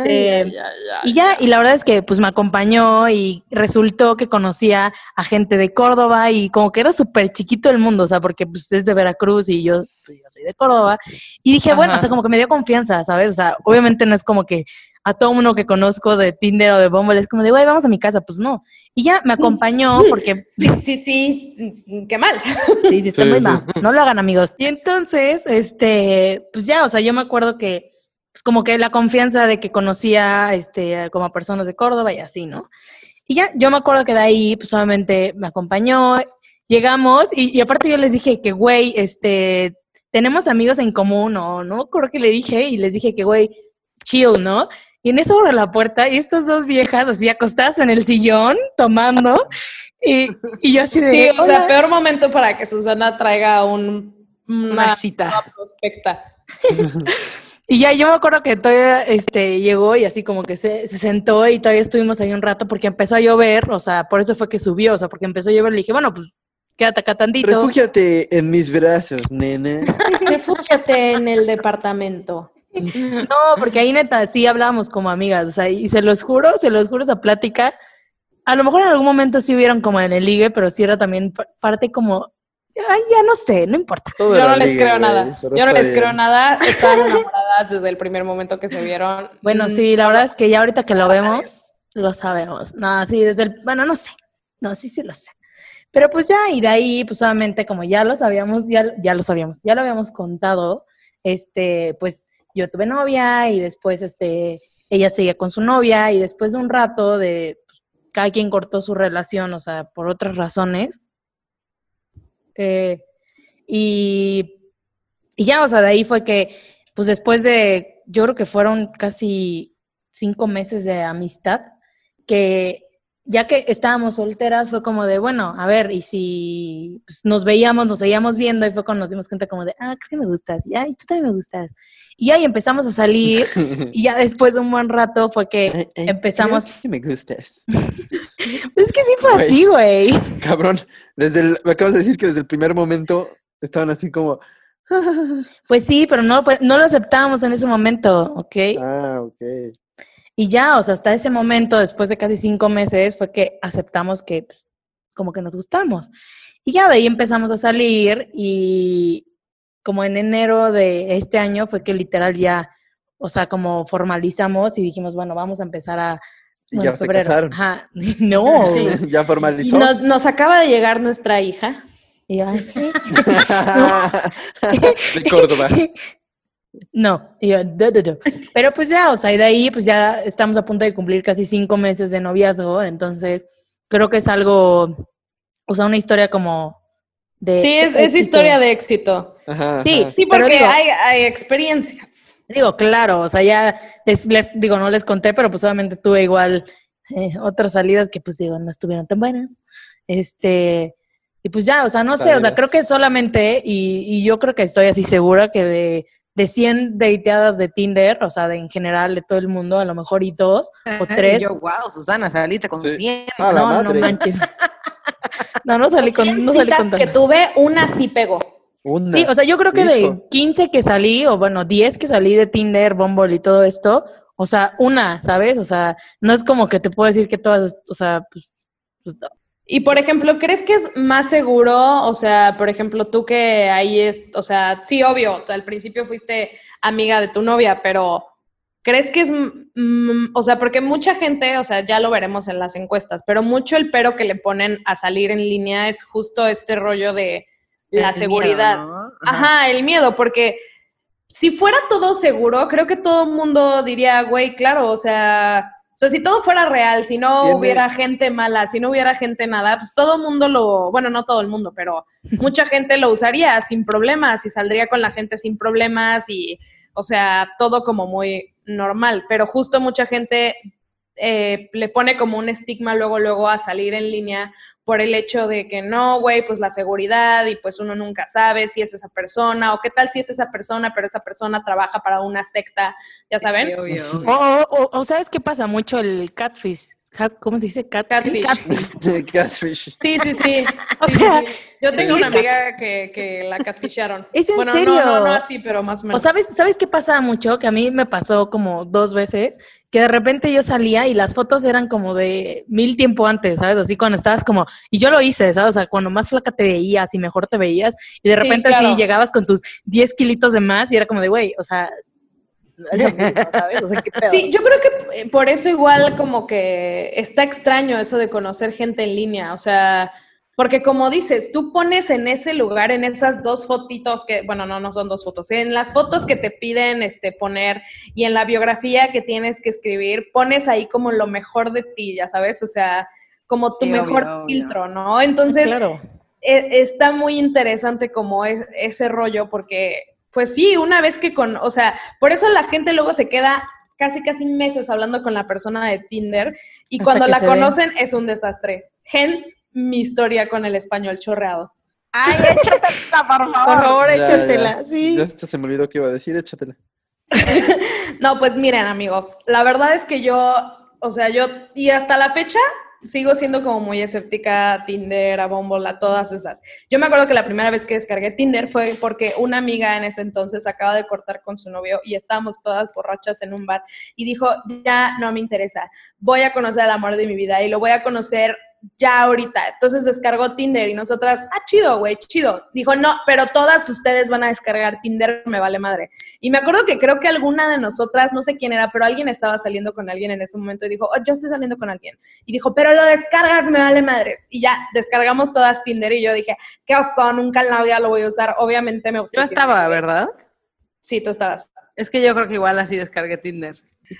Y la verdad es que pues me acompañó y resultó que conocía a gente de Córdoba y como que era súper chiquito el mundo, o sea, porque pues es de Veracruz y yo soy de Córdoba. Y dije, bueno, o sea, como que me dio confianza, ¿sabes? O sea, obviamente no es como que a todo uno que conozco de Tinder o de Bumble es como de, güey, vamos a mi casa, pues no. Y ya me acompañó porque... Sí, qué mal. Sí, está muy mal. No lo hagan, amigos. Y entonces, pues ya, o sea, yo me acuerdo que, pues como que la confianza de que conocía, como a personas de Córdoba y así, ¿no? Y ya, yo me acuerdo que de ahí, pues obviamente me acompañó, llegamos, y aparte yo les dije que, güey, tenemos amigos en común, o no me acuerdo que le dije, y les dije que, güey, chill, ¿no? Y en eso abro la puerta y estas dos viejas así acostadas en el sillón, tomando, y yo así de... Sí, o sea, peor momento para que Susana traiga una cita. Una prospecta. Y ya yo me acuerdo que todavía llegó y así como que se sentó y todavía estuvimos ahí un rato porque empezó a llover, o sea, por eso fue que subió, o sea, porque empezó a llover, le dije, bueno, pues quédate acá tantito. Refúgiate en mis brazos, nena. Refúgiate en el departamento. No, porque ahí neta sí hablábamos como amigas, o sea, y se los juro, esa plática, a lo mejor en algún momento sí hubieron como en el ligue, pero sí era también parte como, ay, ya no sé, no importa. Todo Yo no era les ligue, creo güey, nada. pero Yo no está les bien. creo nada. Estaban enamoradas desde el primer momento que se vieron. Bueno, sí, la verdad es que ya ahorita que lo vemos, lo sabemos. No, sí, bueno, no sé. No, sí lo sé. Pero pues ya, y de ahí, pues obviamente, como ya lo sabíamos, ya lo habíamos contado, pues yo tuve novia y después, ella seguía con su novia y después de un rato de, pues, cada quien cortó su relación, o sea, por otras razones. Y ya, o sea, de ahí fue que, pues después de, yo creo que fueron casi 5 meses de amistad, que ya que estábamos solteras fue como de, bueno, a ver, y si pues, nos seguíamos viendo y fue cuando nos dimos cuenta como de, creo que me gustas, y tú también me gustas. Y ahí empezamos a salir y ya después de un buen rato fue que empezamos... Creo que me gustas. Es que sí fue así, güey. Cabrón, me acabas de decir que desde el primer momento estaban así como... Pues sí, pero no lo aceptábamos en ese momento, ¿ok? Ok. Y ya, o sea, hasta ese momento, después de casi 5 meses, fue que aceptamos que, pues, como que nos gustamos. Y ya de ahí empezamos a salir y como en enero de este año fue que literal ya, o sea, como formalizamos y dijimos, bueno, vamos a empezar a... Y ya se casaron. Ajá, no. Ya formalizó. Y nos acaba de llegar nuestra hija. Y yo, ay, De Córdoba. No, y yo, no. Pero pues ya, o sea, y de ahí pues ya estamos a punto de cumplir casi 5 meses de noviazgo, entonces creo que es algo, o sea, una historia como de Sí, es éxito. historia de éxito. Ajá, Sí, ajá. Sí, pero porque digo, hay experiencias. digo, claro, o sea, ya les digo, no les conté, pero pues obviamente tuve igual otras salidas que pues digo, no estuvieron tan buenas. Y pues ya, o sea, no sé, o sea, creo que solamente, y yo creo que estoy así segura que de 100 dateadas de Tinder, o sea, en general de todo el mundo, a lo mejor y 2 o 3. Y yo, wow, Susana, saliste con Sí. 100. A la No, no madre. manches. No salí con, no salí Citas con que tanto. tuve, una sí pegó. Una. Sí, o sea, yo creo que de Hijo. 15 que salí, o bueno, 10 que salí de Tinder, Bumble y todo esto, o sea, una, ¿sabes? O sea, no es como que te puedo decir que todas, o sea, pues no. Y por ejemplo, ¿crees que es más seguro? O sea, por ejemplo, tú que ahí, o sea, sí, obvio, al principio fuiste amiga de tu novia, pero ¿crees que es, o sea, porque mucha gente, o sea, ya lo veremos en las encuestas, pero mucho el pero que le ponen a salir en línea es justo este rollo de la El seguridad. miedo, ¿no? Ajá, el miedo, porque si fuera todo seguro, creo que todo el mundo diría, güey, claro, o sea, si todo fuera real, si no Tiene- hubiera gente mala, si no hubiera gente nada, pues todo el mundo bueno, no todo el mundo, pero mucha gente lo usaría sin problemas y saldría con la gente sin problemas y, o sea, todo como muy normal, pero justo mucha gente le pone como un estigma luego a salir en línea por el hecho de que no, güey, pues la seguridad y pues uno nunca sabe si es esa persona o qué tal si es esa persona, pero esa persona trabaja para una secta, ya saben. Sí, obvio. O ¿sabes qué pasa mucho? El catfish. ¿Cómo se dice? Catfish. Catfish. Sí. O Sí, sea, sí. Yo tengo sí, una amiga que la catfisharon. ¿Es en bueno, serio? no así, pero más o O menos. sabes qué pasa mucho, que a mí me pasó como 2 veces, que de repente yo salía y las fotos eran como de 1000 tiempo antes, ¿sabes? Así cuando estabas como, y yo lo hice, ¿sabes? O sea, cuando más flaca te veías y mejor te veías, y de repente claro. así llegabas con tus 10 kilitos de más y era como de, güey, o sea, es lo mismo, ¿sabes? O sea, qué pedo. Sí, yo creo que por eso igual como que está extraño eso de conocer gente en línea, o sea, porque como dices, tú pones en ese lugar, en esas 2 fotitos que, bueno, no son 2 fotos, en las fotos que te piden poner y en la biografía que tienes que escribir, pones ahí como lo mejor de ti, ya sabes, o sea, como tu Sí, mejor obvio. filtro, ¿no? Entonces, Claro. está muy interesante como ese rollo, porque, pues sí, una vez que o sea, por eso la gente luego se queda casi meses hablando con la persona de Tinder y Hasta cuando que la se conocen es un desastre. Hence, mi historia con el español chorreado. Ay, échatela, por Por favor. favor, Ya, échatela, ya. sí. Ya hasta se me olvidó que iba a decir, échatela. No, pues miren, amigos, la verdad es que yo, o sea, y hasta la fecha sigo siendo como muy escéptica a Tinder, a Bumble, a todas esas. Yo me acuerdo que la primera vez que descargué Tinder fue porque una amiga en ese entonces acaba de cortar con su novio y estábamos todas borrachas en un bar y dijo, ya no me interesa, voy a conocer al amor de mi vida y lo voy a conocer ya ahorita. Entonces descargó Tinder y nosotras, chido, güey, chido. Dijo, no, pero todas ustedes van a descargar Tinder, me vale madre. Y me acuerdo que creo que alguna de nosotras, no sé quién era, pero alguien estaba saliendo con alguien en ese momento y dijo, yo estoy saliendo con alguien. Y dijo, pero lo descargas, me vale madres. Y ya, descargamos todas Tinder y yo dije, qué oso, nunca en la vida lo voy a usar. Obviamente me Yo obsesioné. estaba, ¿verdad? Sí, tú estabas. Es que yo creo que igual así descargué Tinder.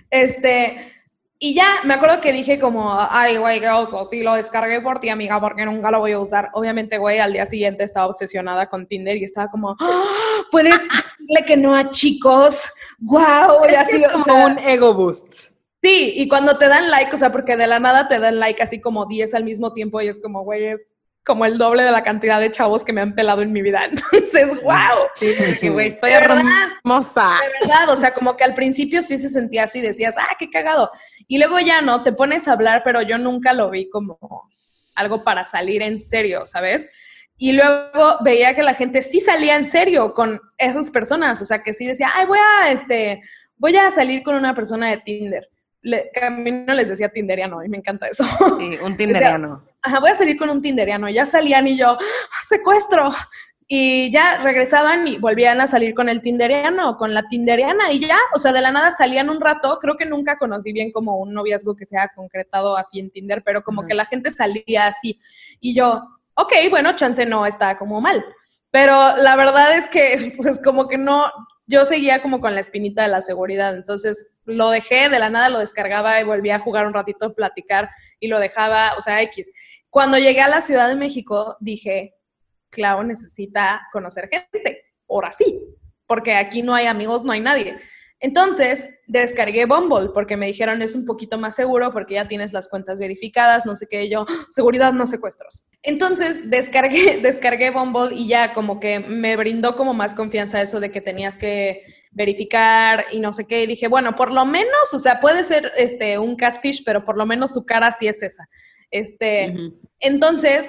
Y ya me acuerdo que dije como, ay, güey, qué oso, sí, lo descargué por ti, amiga, porque nunca lo voy a usar. Obviamente, güey, al día siguiente estaba obsesionada con Tinder y estaba como, ¿puedes decirle que no a chicos? ¡Guau! Y así, Es como o sea, un ego boost. sí, y cuando te dan like, o sea, porque de la nada te dan like así como 10 al mismo tiempo y es como, güey, es como el doble de la cantidad de chavos que me han pelado en mi vida. Entonces, wow. Sí, porque, güey, soy De verdad, hermosa. de verdad, o sea, como que al principio sí se sentía así, decías, qué cagado. Y luego ya no, te pones a hablar, pero yo nunca lo vi como algo para salir en serio, ¿sabes? Y luego veía que la gente sí salía en serio con esas personas, o sea, que sí decía, ay, voy a salir con una persona de Tinder. A mí no les decía tinderiano y me encanta eso. Sí, un tinderiano. Ajá, voy a salir con un tinderiano. Y ya salían y yo, secuestro. Y ya regresaban y volvían a salir con el tinderiano, con la tinderiana y ya, o sea, de la nada salían un rato. Creo que nunca conocí bien como un noviazgo que se haya concretado así en Tinder, pero como que la gente salía así. Y yo, ok, bueno, chance no está como mal. Pero la verdad es que, pues como que no, yo seguía como con la espinita de la seguridad. Entonces lo dejé, de la nada lo descargaba y volvía a jugar un ratito, a platicar y lo dejaba, o sea, X. Cuando llegué a la Ciudad de México, dije, Clau necesita conocer gente, ahora sí, porque aquí no hay amigos, no hay nadie. Entonces, descargué Bumble, porque me dijeron es un poquito más seguro, porque ya tienes las cuentas verificadas, no sé qué, yo, seguridad, no secuestros. Entonces, descargué Bumble y ya como que me brindó como más confianza eso de que tenías que verificar y no sé qué, y dije, bueno, por lo menos, o sea, puede ser un catfish, pero por lo menos su cara sí es esa. Entonces,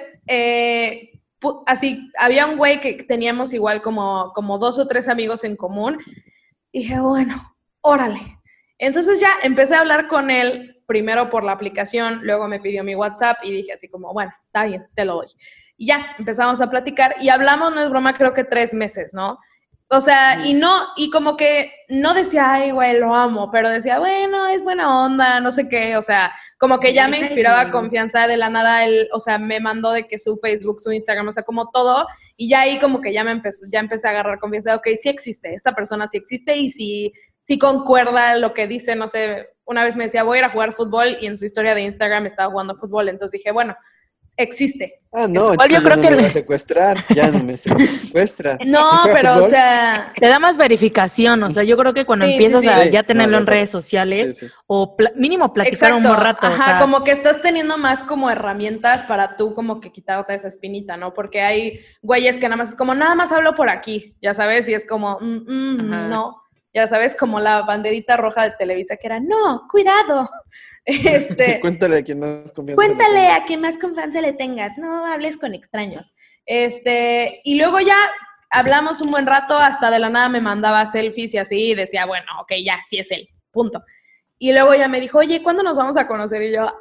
así, había un güey que teníamos igual como 2 o 3 amigos en común. Dije, bueno, órale. Entonces ya empecé a hablar con él, primero por la aplicación, luego me pidió mi WhatsApp y dije así como, bueno, está bien, te lo doy. Y ya, empezamos a platicar y hablamos, no es broma, creo que 3 meses, ¿no? O sea, y como que no decía, ay, güey, lo amo, pero decía, bueno, es buena onda, no sé qué, o sea, como que ya me inspiraba confianza de la nada, él, o sea, me mandó de que su Facebook, su Instagram, o sea, como todo, y ya ahí como que ya empecé a agarrar confianza, ok, sí existe, esta persona sí existe, y sí concuerda lo que dice, no sé, una vez me decía, voy a ir a jugar fútbol, y en su historia de Instagram estaba jugando fútbol, entonces dije, bueno, existe. Ah, no, entonces yo creo no que me va a secuestrar, ya no me secuestra. No, pero, fútbol? o sea... te da más verificación, o sea, yo creo que cuando Sí, empiezas sí, a sí. ya tenerlo No, de en redes acuerdo. sociales, Sí, sí. o mínimo platicar un Exacto, buen rato, ajá, o sea, como que estás teniendo más como herramientas para tú como que quitarte esa espinita, ¿no? Porque hay güeyes que nada más es como, nada más hablo por aquí, ya sabes, y es como, no, ya sabes, como la banderita roja de Televisa que era, no, cuidado, Cuéntale a quien más confianza le cuéntale tengas. a quien más confianza le tengas, no hables con extraños. Y luego ya hablamos un buen rato, hasta de la nada me mandaba selfies y así, y decía, bueno, ok, ya, sí es él, punto. Y luego ya me dijo, oye, ¿cuándo nos vamos a conocer? Y yo,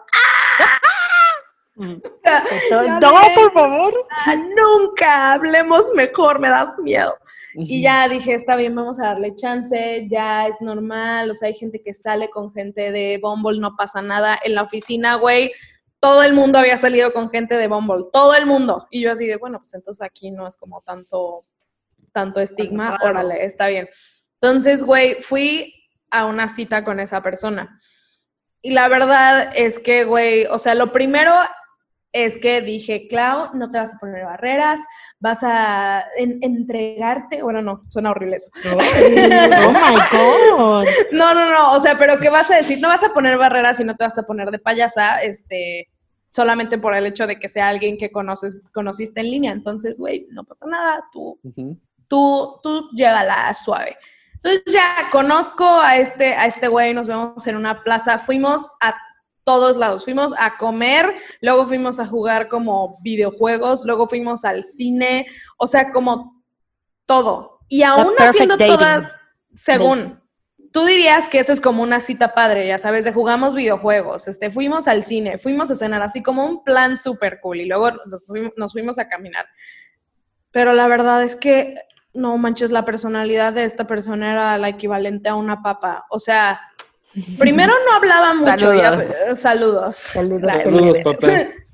no, por favor. nunca, hablemos mejor, me das miedo. Y ya dije, está bien, vamos a darle chance, ya es normal, o sea, hay gente que sale con gente de Bumble, no pasa nada. En la oficina, güey, todo el mundo había salido con gente de Bumble, todo el mundo. Y yo así de, bueno, pues entonces aquí no es como tanto estigma, órale, está bien. Entonces, güey, fui a una cita con esa persona. Y la verdad es que, güey, o sea, lo primero es que dije, Clau, no te vas a poner barreras, vas a entregarte, bueno, no, suena horrible eso. Oh my God. No, o sea, pero ¿qué vas a decir? No vas a poner barreras y no te vas a poner de payasa, solamente por el hecho de que sea alguien que conociste en línea. Entonces, güey, no pasa nada, tú llévala suave. Entonces ya conozco a este güey, nos vemos en una plaza, fuimos a todos lados, fuimos a comer, luego fuimos a jugar como videojuegos, luego fuimos al cine, o sea, como todo. Y aún haciendo todas, según, tú dirías que eso es como una cita padre, ya sabes, de jugamos videojuegos, fuimos al cine, fuimos a cenar, así como un plan súper cool, y luego nos fuimos a caminar. Pero la verdad es que, no manches, la personalidad de esta persona era la equivalente a una papa, o sea... Primero no hablaba mucho. Saludos. Saludos, papá.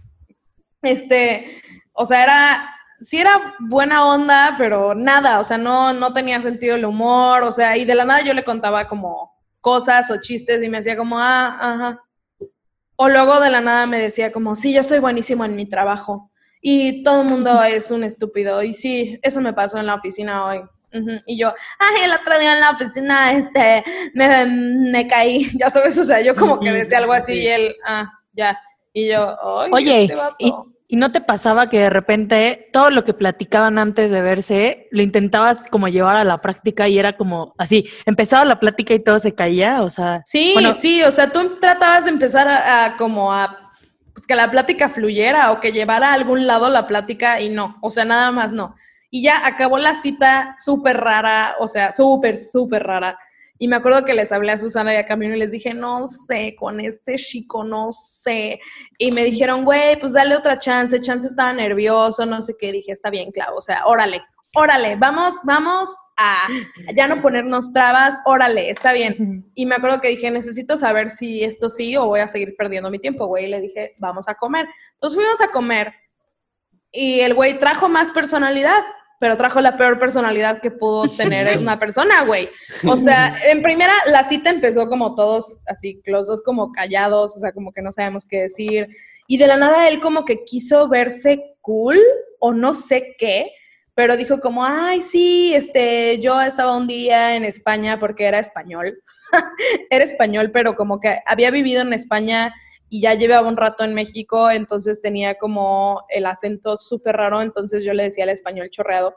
O sea, sí era buena onda, pero nada, o sea, no tenía sentido el humor, o sea, y de la nada yo le contaba como cosas o chistes y me decía como, ajá. O luego de la nada me decía como, sí, yo estoy buenísimo en mi trabajo y todo el mundo es un estúpido y sí, eso me pasó en la oficina hoy. Y yo, el otro día en la oficina, me caí, ya sabes, o sea, yo como que decía algo así y él, ya, y yo, oye, ¿y no te pasaba que de repente todo lo que platicaban antes de verse, lo intentabas como llevar a la práctica y era como así, empezaba la plática y todo se caía, o sea? Sí, bueno, sí, o sea, tú tratabas de empezar pues que la plática fluyera o que llevara a algún lado la plática y no, o sea, nada más no. Y ya acabó la cita súper rara, o sea, súper rara. Y me acuerdo que les hablé a Susana y a Camino y les dije, no sé, con este chico, no sé. Y me dijeron, güey, pues dale otra chance estaba nervioso, no sé qué. Dije, está bien, Clau, o sea, órale, vamos a ya no ponernos trabas, órale, está bien. Y me acuerdo que dije, necesito saber si esto sí o voy a seguir perdiendo mi tiempo, güey. Y le dije, vamos a comer. Entonces fuimos a comer. Y el güey trajo más personalidad, pero trajo la peor personalidad que pudo tener una persona, güey. O sea, en primera, la cita empezó como todos así, los dos como callados, o sea, como que no sabemos qué decir. Y de la nada él como que quiso verse cool o no sé qué, pero dijo como, ay, sí, yo estaba un día en España porque era español. Era español, pero como que había vivido en España y ya llevaba un rato en México, entonces tenía como el acento súper raro, entonces yo le decía el español chorreado.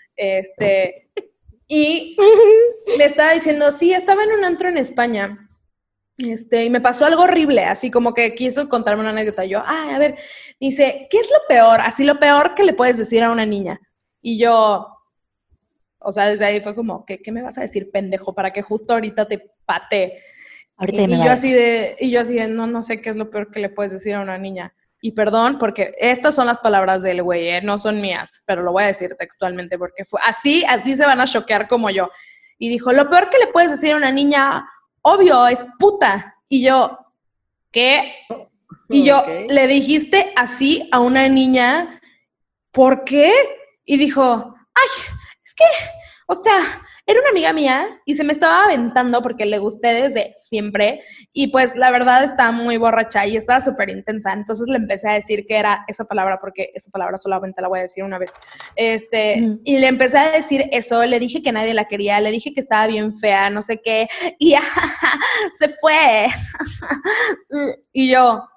Y me estaba diciendo, sí, estaba en un antro en España, y me pasó algo horrible, así como que quiso contarme una anécdota. Yo, a ver, me dice, ¿qué es lo peor? Así lo peor que le puedes decir a una niña. Y yo, o sea, desde ahí fue como, ¿qué me vas a decir, pendejo? Para que justo ahorita te patee. Y yo así de, no sé qué es lo peor que le puedes decir a una niña. Y perdón, porque estas son las palabras del güey, no son mías, pero lo voy a decir textualmente, porque fue así se van a choquear como yo. Y dijo, lo peor que le puedes decir a una niña, obvio, es puta. Y yo, ¿qué? Y yo, ¿le dijiste así a una niña? ¿Por qué? Y dijo, ay, es que, o sea, era una amiga mía y se me estaba aventando porque le gusté desde siempre y pues la verdad estaba muy borracha y estaba súper intensa, entonces le empecé a decir que era esa palabra porque esa palabra solamente la voy a decir una vez, y le empecé a decir eso, le dije que nadie la quería, le dije que estaba bien fea, no sé qué, y se fue. Y yo,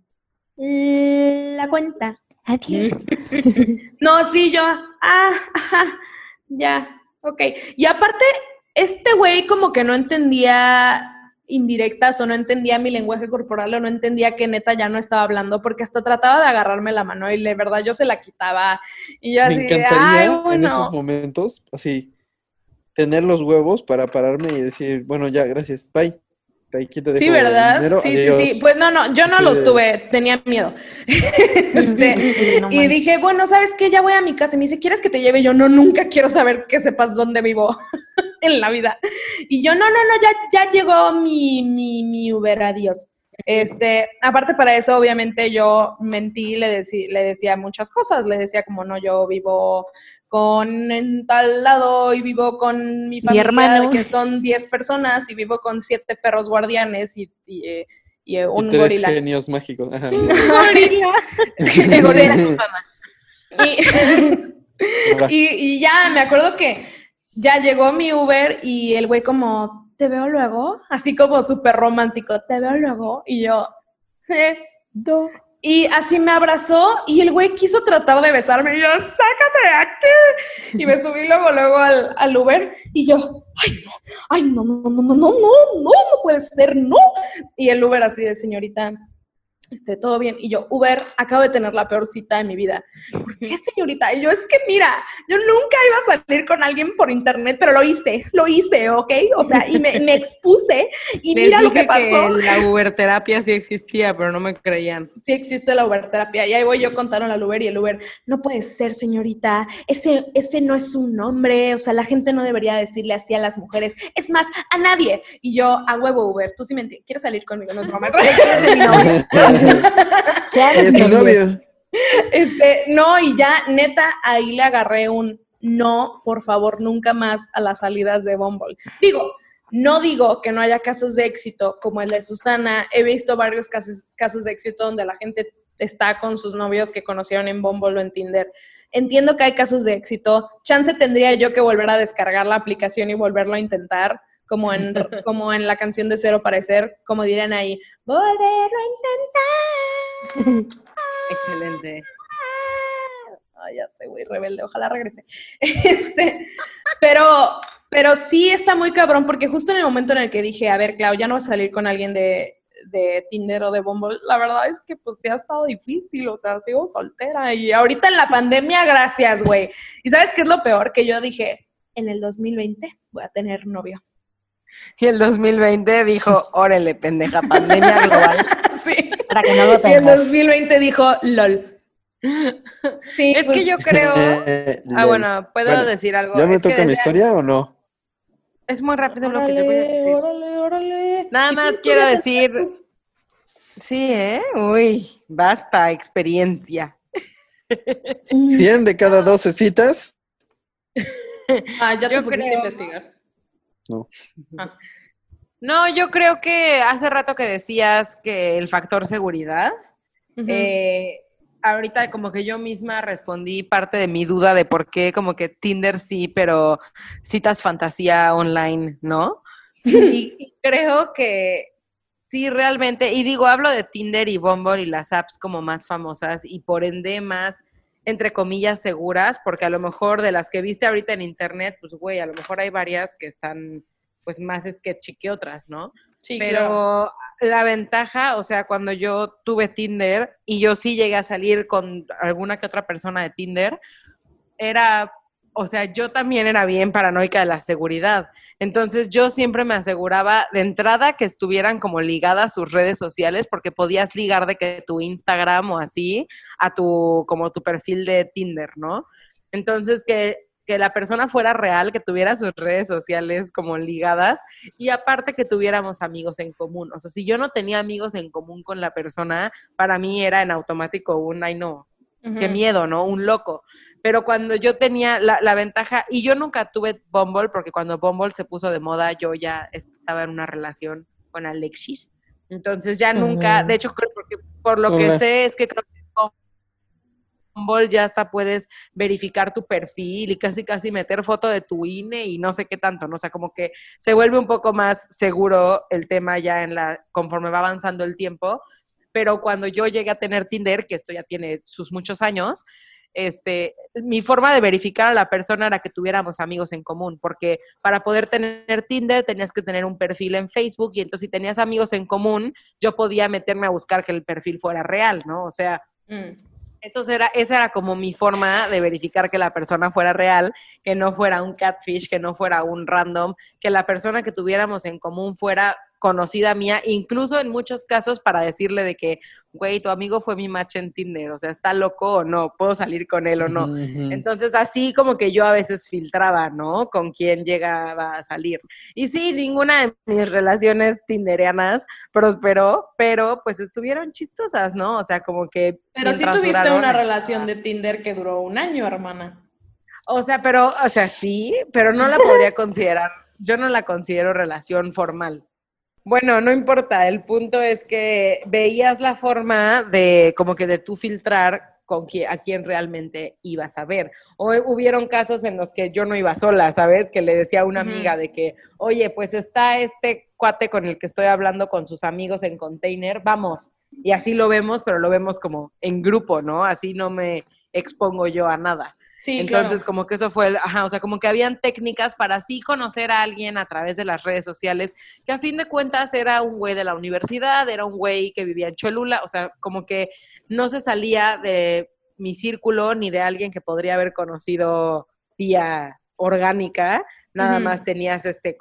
la cuenta. Adiós. No, sí, yo, ya. Ok, y aparte, este güey como que no entendía indirectas o no entendía mi lenguaje corporal o no entendía que neta ya no estaba hablando porque hasta trataba de agarrarme la mano y de verdad yo se la quitaba y yo Me así de, encantaría bueno. en esos momentos, así, tener los huevos para pararme y decir, bueno, ya, gracias, bye. Aquí te dejo Sí, ¿verdad? dinero, Sí, adiós. sí. Pues no, yo no Así los de- tuve, tenía miedo. No Y manches. dije, bueno, ¿sabes qué? Ya voy a mi casa. Y me dice, ¿quieres que te lleve? Yo, no, nunca quiero saber que sepas dónde vivo en la vida. Y yo, no, ya llegó mi Uber, adiós. Aparte para eso, obviamente, yo mentí, le decía muchas cosas. Le decía como, no, yo vivo en tal lado y vivo con mi familia, hermano. que son 10 personas, y vivo con 7 perros guardianes y Y un 3 gorila. genios mágicos. Ajá. Gorila. El gorila. Ahora, Y ya, me acuerdo que ya llegó mi Uber y el güey como, ¿te veo luego? Así como súper romántico, ¿te veo luego? Y yo, No. Y así me abrazó y el güey quiso tratar de besarme y yo, sácate de aquí. Y me subí luego al Uber y yo, no puede ser, no. Y el Uber así de, señorita, todo bien. Y yo, Uber, acabo de tener la peor cita de mi vida. ¿Por qué, señorita? Y yo, es que mira, yo nunca iba a salir con alguien por internet, pero lo hice, ¿ok? O sea, y me expuse y Les mira lo que dije pasó. que la Uberterapia sí existía, pero no me creían. Sí existe la Uberterapia. Y ahí voy yo contaron al Uber y el Uber, no puede ser, señorita, ese no es un nombre, o sea, la gente no debería decirle así a las mujeres, es más, a nadie. Y yo, a huevo, Uber, tú sí me entiendes, ¿quieres salir conmigo? No es broma. Sean es mi novios. novio. No, y ya, neta, ahí le agarré un no, por favor, nunca más a las salidas de Bumble. No digo que no haya casos de éxito como el de Susana. He visto varios casos de éxito donde la gente está con sus novios que conocieron en Bumble o en Tinder. Entiendo que hay casos de éxito. Chance tendría yo que volver a descargar la aplicación y volverlo a intentar, como en la canción de Cero Parecer, como dirían ahí, volverlo a intentar. Excelente. Ay, ya sé, güey, rebelde, ojalá regrese. Pero sí está muy cabrón, porque justo en el momento en el que dije, a ver, Clau, ya no vas a salir con alguien de Tinder o de Bumble, la verdad es que pues sí ha estado difícil, o sea, sigo soltera y ahorita en la pandemia, gracias, güey. ¿Y sabes qué es lo peor? Que yo dije, en el 2020 voy a tener novio. Y el 2020 dijo, órale, pendeja, pandemia global. Sí. Para que no lo Y el tengas. 2020 dijo, lol. Sí, Es pues, que yo creo... bueno, ¿puedo Bueno, decir algo? ¿ya me Es que toca mi decía- historia o no? Es muy rápido lo que yo voy a decir. Órale. Nada ¿Y más qué quiero historia decir... Sí, ¿eh? Uy, basta, experiencia. 100 de cada 12 citas. Ya te Yo pusiste a creo- investigar. No. No, yo creo que hace rato que decías que el factor seguridad, Ujú. ahorita como que yo misma respondí parte de mi duda de por qué como que Tinder sí, pero citas fantasía online, ¿no? Y creo que sí, realmente, y digo, hablo de Tinder y Bumble y las apps como más famosas y por ende más, entre comillas, seguras, porque a lo mejor de las que viste ahorita en internet, pues güey, a lo mejor hay varias que están pues más sketchy que otras, ¿no? Sí, Pero claro. la ventaja, o sea, cuando yo tuve Tinder y yo sí llegué a salir con alguna que otra persona de Tinder, era, o sea, yo también era bien paranoica de la seguridad. Entonces yo siempre me aseguraba de entrada que estuvieran como ligadas sus redes sociales porque podías ligar de que tu Instagram o así a como tu perfil de Tinder, ¿no? Entonces que la persona fuera real, que tuviera sus redes sociales como ligadas y aparte que tuviéramos amigos en común. O sea, si yo no tenía amigos en común con la persona, para mí era en automático un, ay no, qué Ujú. miedo, ¿no? Un loco. Pero cuando yo tenía la ventaja, y yo nunca tuve Bumble, porque cuando Bumble se puso de moda, yo ya estaba en una relación con Alexis. Entonces ya nunca, de hecho, creo porque por lo que Hola. sé es que creo que Bumble ya hasta puedes verificar tu perfil y casi casi meter foto de tu INE y no sé qué tanto, ¿no? O sea, como que se vuelve un poco más seguro el tema ya conforme va avanzando el tiempo, pero cuando yo llegué a tener Tinder, que esto ya tiene sus muchos años, mi forma de verificar a la persona era que tuviéramos amigos en común, porque para poder tener Tinder tenías que tener un perfil en Facebook y entonces si tenías amigos en común, yo podía meterme a buscar que el perfil fuera real, ¿no? O sea, Mm. esa era como mi forma de verificar que la persona fuera real, que no fuera un catfish, que no fuera un random, que la persona que tuviéramos en común fuera conocida mía, incluso en muchos casos para decirle de que, güey, tu amigo fue mi match en Tinder, o sea, ¿está loco o no? ¿Puedo salir con él o no? Ujú. Entonces, así como que yo a veces filtraba, ¿no? Con quién llegaba a salir. Y sí, ninguna de mis relaciones tinderianas prosperó, pero pues estuvieron chistosas, ¿no? O sea, como que Pero sí mientras tuviste duraron. una relación de Tinder que duró un año, hermana. O sea, o sea, sí, pero no la podría considerar, yo no la considero relación formal. Bueno, no importa, el punto es que veías la forma de, como que de tú filtrar a quién realmente ibas a ver. O hubieron casos en los que yo no iba sola, ¿sabes? Que le decía a una amiga de que, oye, pues está este cuate con el que estoy hablando con sus amigos en Container, vamos. Y así lo vemos, pero lo vemos como en grupo, ¿no? Así no me expongo yo a nada. Sí, Entonces, claro. como que eso fue, o sea, como que habían técnicas para así conocer a alguien a través de las redes sociales, que a fin de cuentas era un güey de la universidad, era un güey que vivía en Cholula, o sea, como que no se salía de mi círculo ni de alguien que podría haber conocido vía orgánica, nada más tenías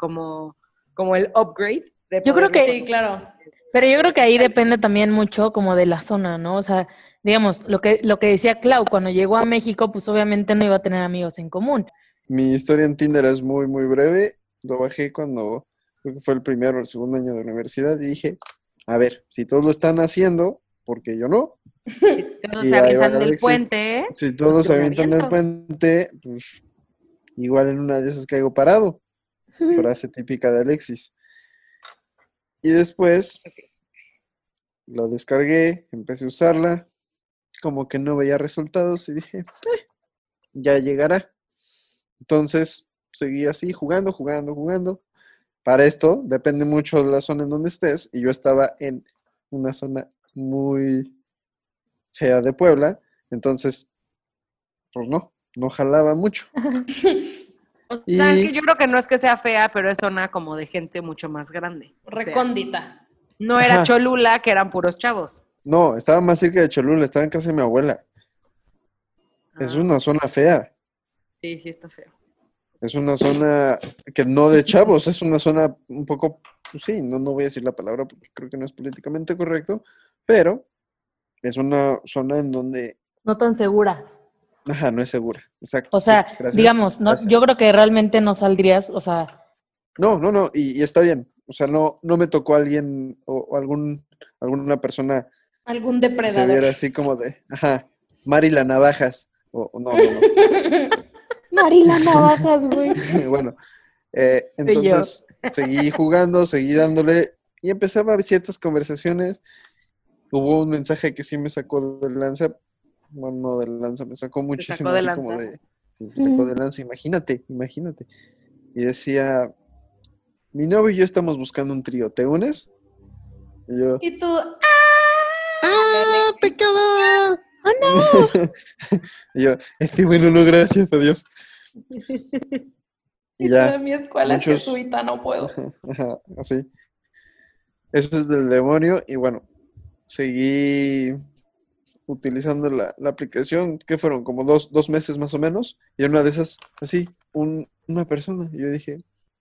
como el upgrade de Yo creo poderlo que, Sí, conocer. claro. pero yo creo que ahí Presencial. depende también mucho como de la zona, ¿no? O sea, digamos, lo que decía Clau, cuando llegó a México, pues obviamente no iba a tener amigos en común. Mi historia en Tinder es muy, muy breve. Lo bajé cuando creo que fue el primero o el segundo año de universidad y dije, a ver, si todos lo están haciendo, ¿por qué yo no? Todos Y se ahí va avientan del Alexis. puente, Si pues todos yo se me avientan del aviento. puente, pues igual en una de esas caigo parado. Frase típica de Alexis. Y después lo descargué, empecé a usarla, como que no veía resultados y dije, ya llegará. Entonces seguí así, jugando, jugando, jugando. Para esto depende mucho de la zona en donde estés y yo estaba en una zona muy fea de Puebla, entonces pues no jalaba mucho. O sea, es que Y, yo creo que no es que sea fea, pero es zona como de gente mucho más grande. O sea, Recóndita. no era ajá, Cholula, que eran puros chavos. no, estaba más cerca de Cholula, estaba en casa de mi abuela. Es Ah, una zona fea, sí, sí está feo. es una zona que no de chavos, es una zona un poco, pues sí, no voy a decir la palabra porque creo que no es políticamente correcto, pero es una zona en donde, No tan segura. ajá, no es segura. Exacto, O sí, sea, gracias, digamos, no, yo gracias. creo que realmente no saldrías, o sea, No, y está bien. O sea, no me tocó alguien o alguna persona Algún que se depredador. viera así como de, ajá. Marila Navajas. No. Marila Navajas, güey. Bueno, entonces seguí jugando, seguí dándole y empezaba a haber ciertas conversaciones. Hubo un mensaje que sí me sacó de lanza. Bueno, no de lanza, me sacó muchísimo. de así lanza? como de... Sí, me sacó de lanza, imagínate. Y decía, mi novio y yo estamos buscando un trío, ¿te unes? Y yo, Y tú, ¡ah, pecado! ¡Oh, no! Y yo, bueno, no, gracias a Dios. Y ya, a mi escuela muchos- es jesuita, no puedo. ajá, así. Eso es del demonio. Y bueno, seguí utilizando la aplicación, que fueron como dos meses más o menos. Y en una de esas, así, una persona. Y yo dije,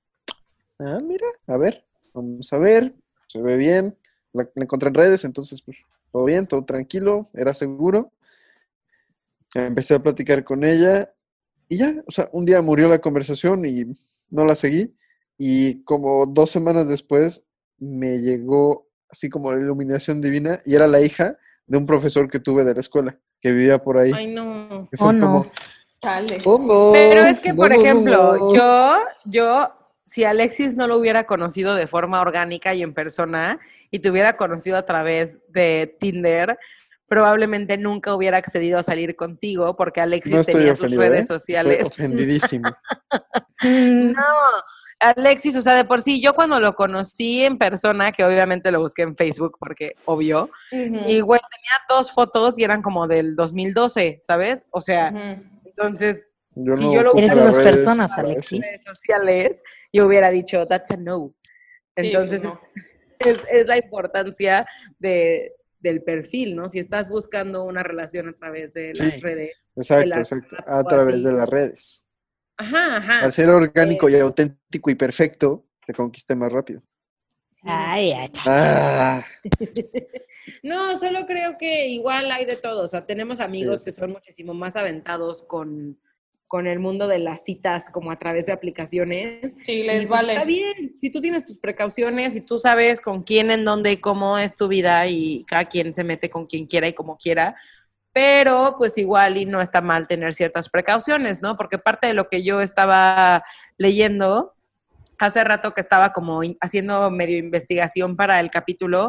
mira, a ver, vamos a ver, se ve bien. La encontré en redes, entonces, pues, todo bien, todo tranquilo, era seguro. Empecé a platicar con ella y ya, o sea, un día murió la conversación y no la seguí. Y como 2 semanas después me llegó así como la iluminación divina y era la hija de un profesor que tuve de la escuela, que vivía por ahí. Ay, no. Y fue Oh, no. como, Chale. oh, no, Pero es que, no, por no, no, ejemplo, no. yo, si Alexis no lo hubiera conocido de forma orgánica y en persona, y te hubiera conocido a través de Tinder, probablemente nunca hubiera accedido a salir contigo porque No Alexis estoy tenía sus ofendido, redes Estoy sociales. ofendidísimo. Mm, No, Alexis, o sea, de por sí, yo cuando lo conocí en persona, que obviamente lo busqué en Facebook porque obvio, y güey, tenía 2 fotos y eran como del 2012, ¿sabes? O sea, entonces, Yo si no yo lo ocupo Eres hubiera esas las redes personas, para eso. Alexis. redes sociales, yo hubiera dicho, that's a no. Entonces, no. es la importancia del perfil, ¿no? Si estás buscando una relación a través de las Sí, redes, de exacto, las exacto. apps A o través así. de las redes. Ajá. Al ser orgánico y auténtico y perfecto, te conquisté más rápido. Ay, ay, ay. Ah, No, solo creo que igual hay de todo. O sea, tenemos amigos Sí. que son muchísimo más aventados con el mundo de las citas como a través de aplicaciones. Sí, les Y pues vale. está bien, si tú tienes tus precauciones y tú sabes con quién, en dónde y cómo es tu vida y cada quien se mete con quien quiera y como quiera, pero pues igual y no está mal tener ciertas precauciones, ¿no? Porque parte de lo que yo estaba leyendo hace rato que estaba como haciendo medio investigación para el capítulo,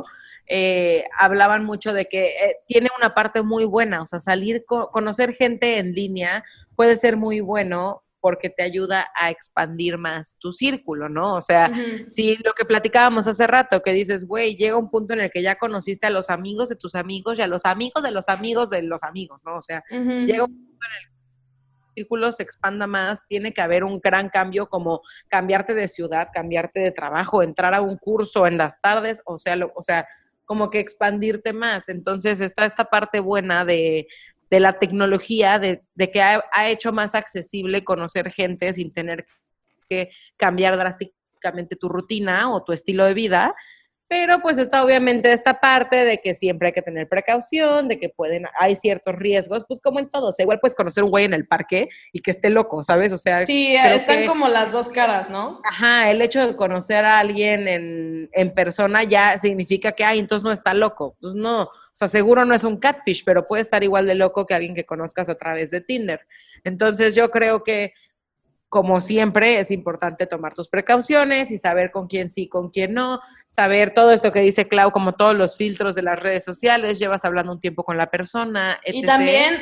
hablaban mucho de que tiene una parte muy buena, o sea, conocer gente en línea puede ser muy bueno porque te ayuda a expandir más tu círculo, ¿no? O sea, si lo que platicábamos hace rato, que dices, güey, llega un punto en el que ya conociste a los amigos de tus amigos y a los amigos de los amigos de los amigos, ¿no? O sea, llega un punto en el que círculo se expanda más, tiene que haber un gran cambio como cambiarte de ciudad, cambiarte de trabajo, entrar a un curso en las tardes, o sea, como que expandirte más. Entonces está esta parte buena de la tecnología, de que ha hecho más accesible conocer gente sin tener que cambiar drásticamente tu rutina o tu estilo de vida. Pero pues está obviamente esta parte de que siempre hay que tener precaución, de que hay ciertos riesgos, pues como en todo. O sea, igual puedes conocer un güey en el parque y que esté loco, ¿sabes? O sea, Sí, creo están que, como las dos caras, ¿no? ajá, el hecho de conocer a alguien en persona ya significa que, entonces no está loco. Pues no, o sea, seguro no es un catfish, pero puede estar igual de loco que alguien que conozcas a través de Tinder. Entonces yo creo que, como siempre, es importante tomar tus precauciones y saber con quién sí, con quién no, saber todo esto que dice Clau, como todos los filtros de las redes sociales, llevas hablando un tiempo con la persona, etc. Y también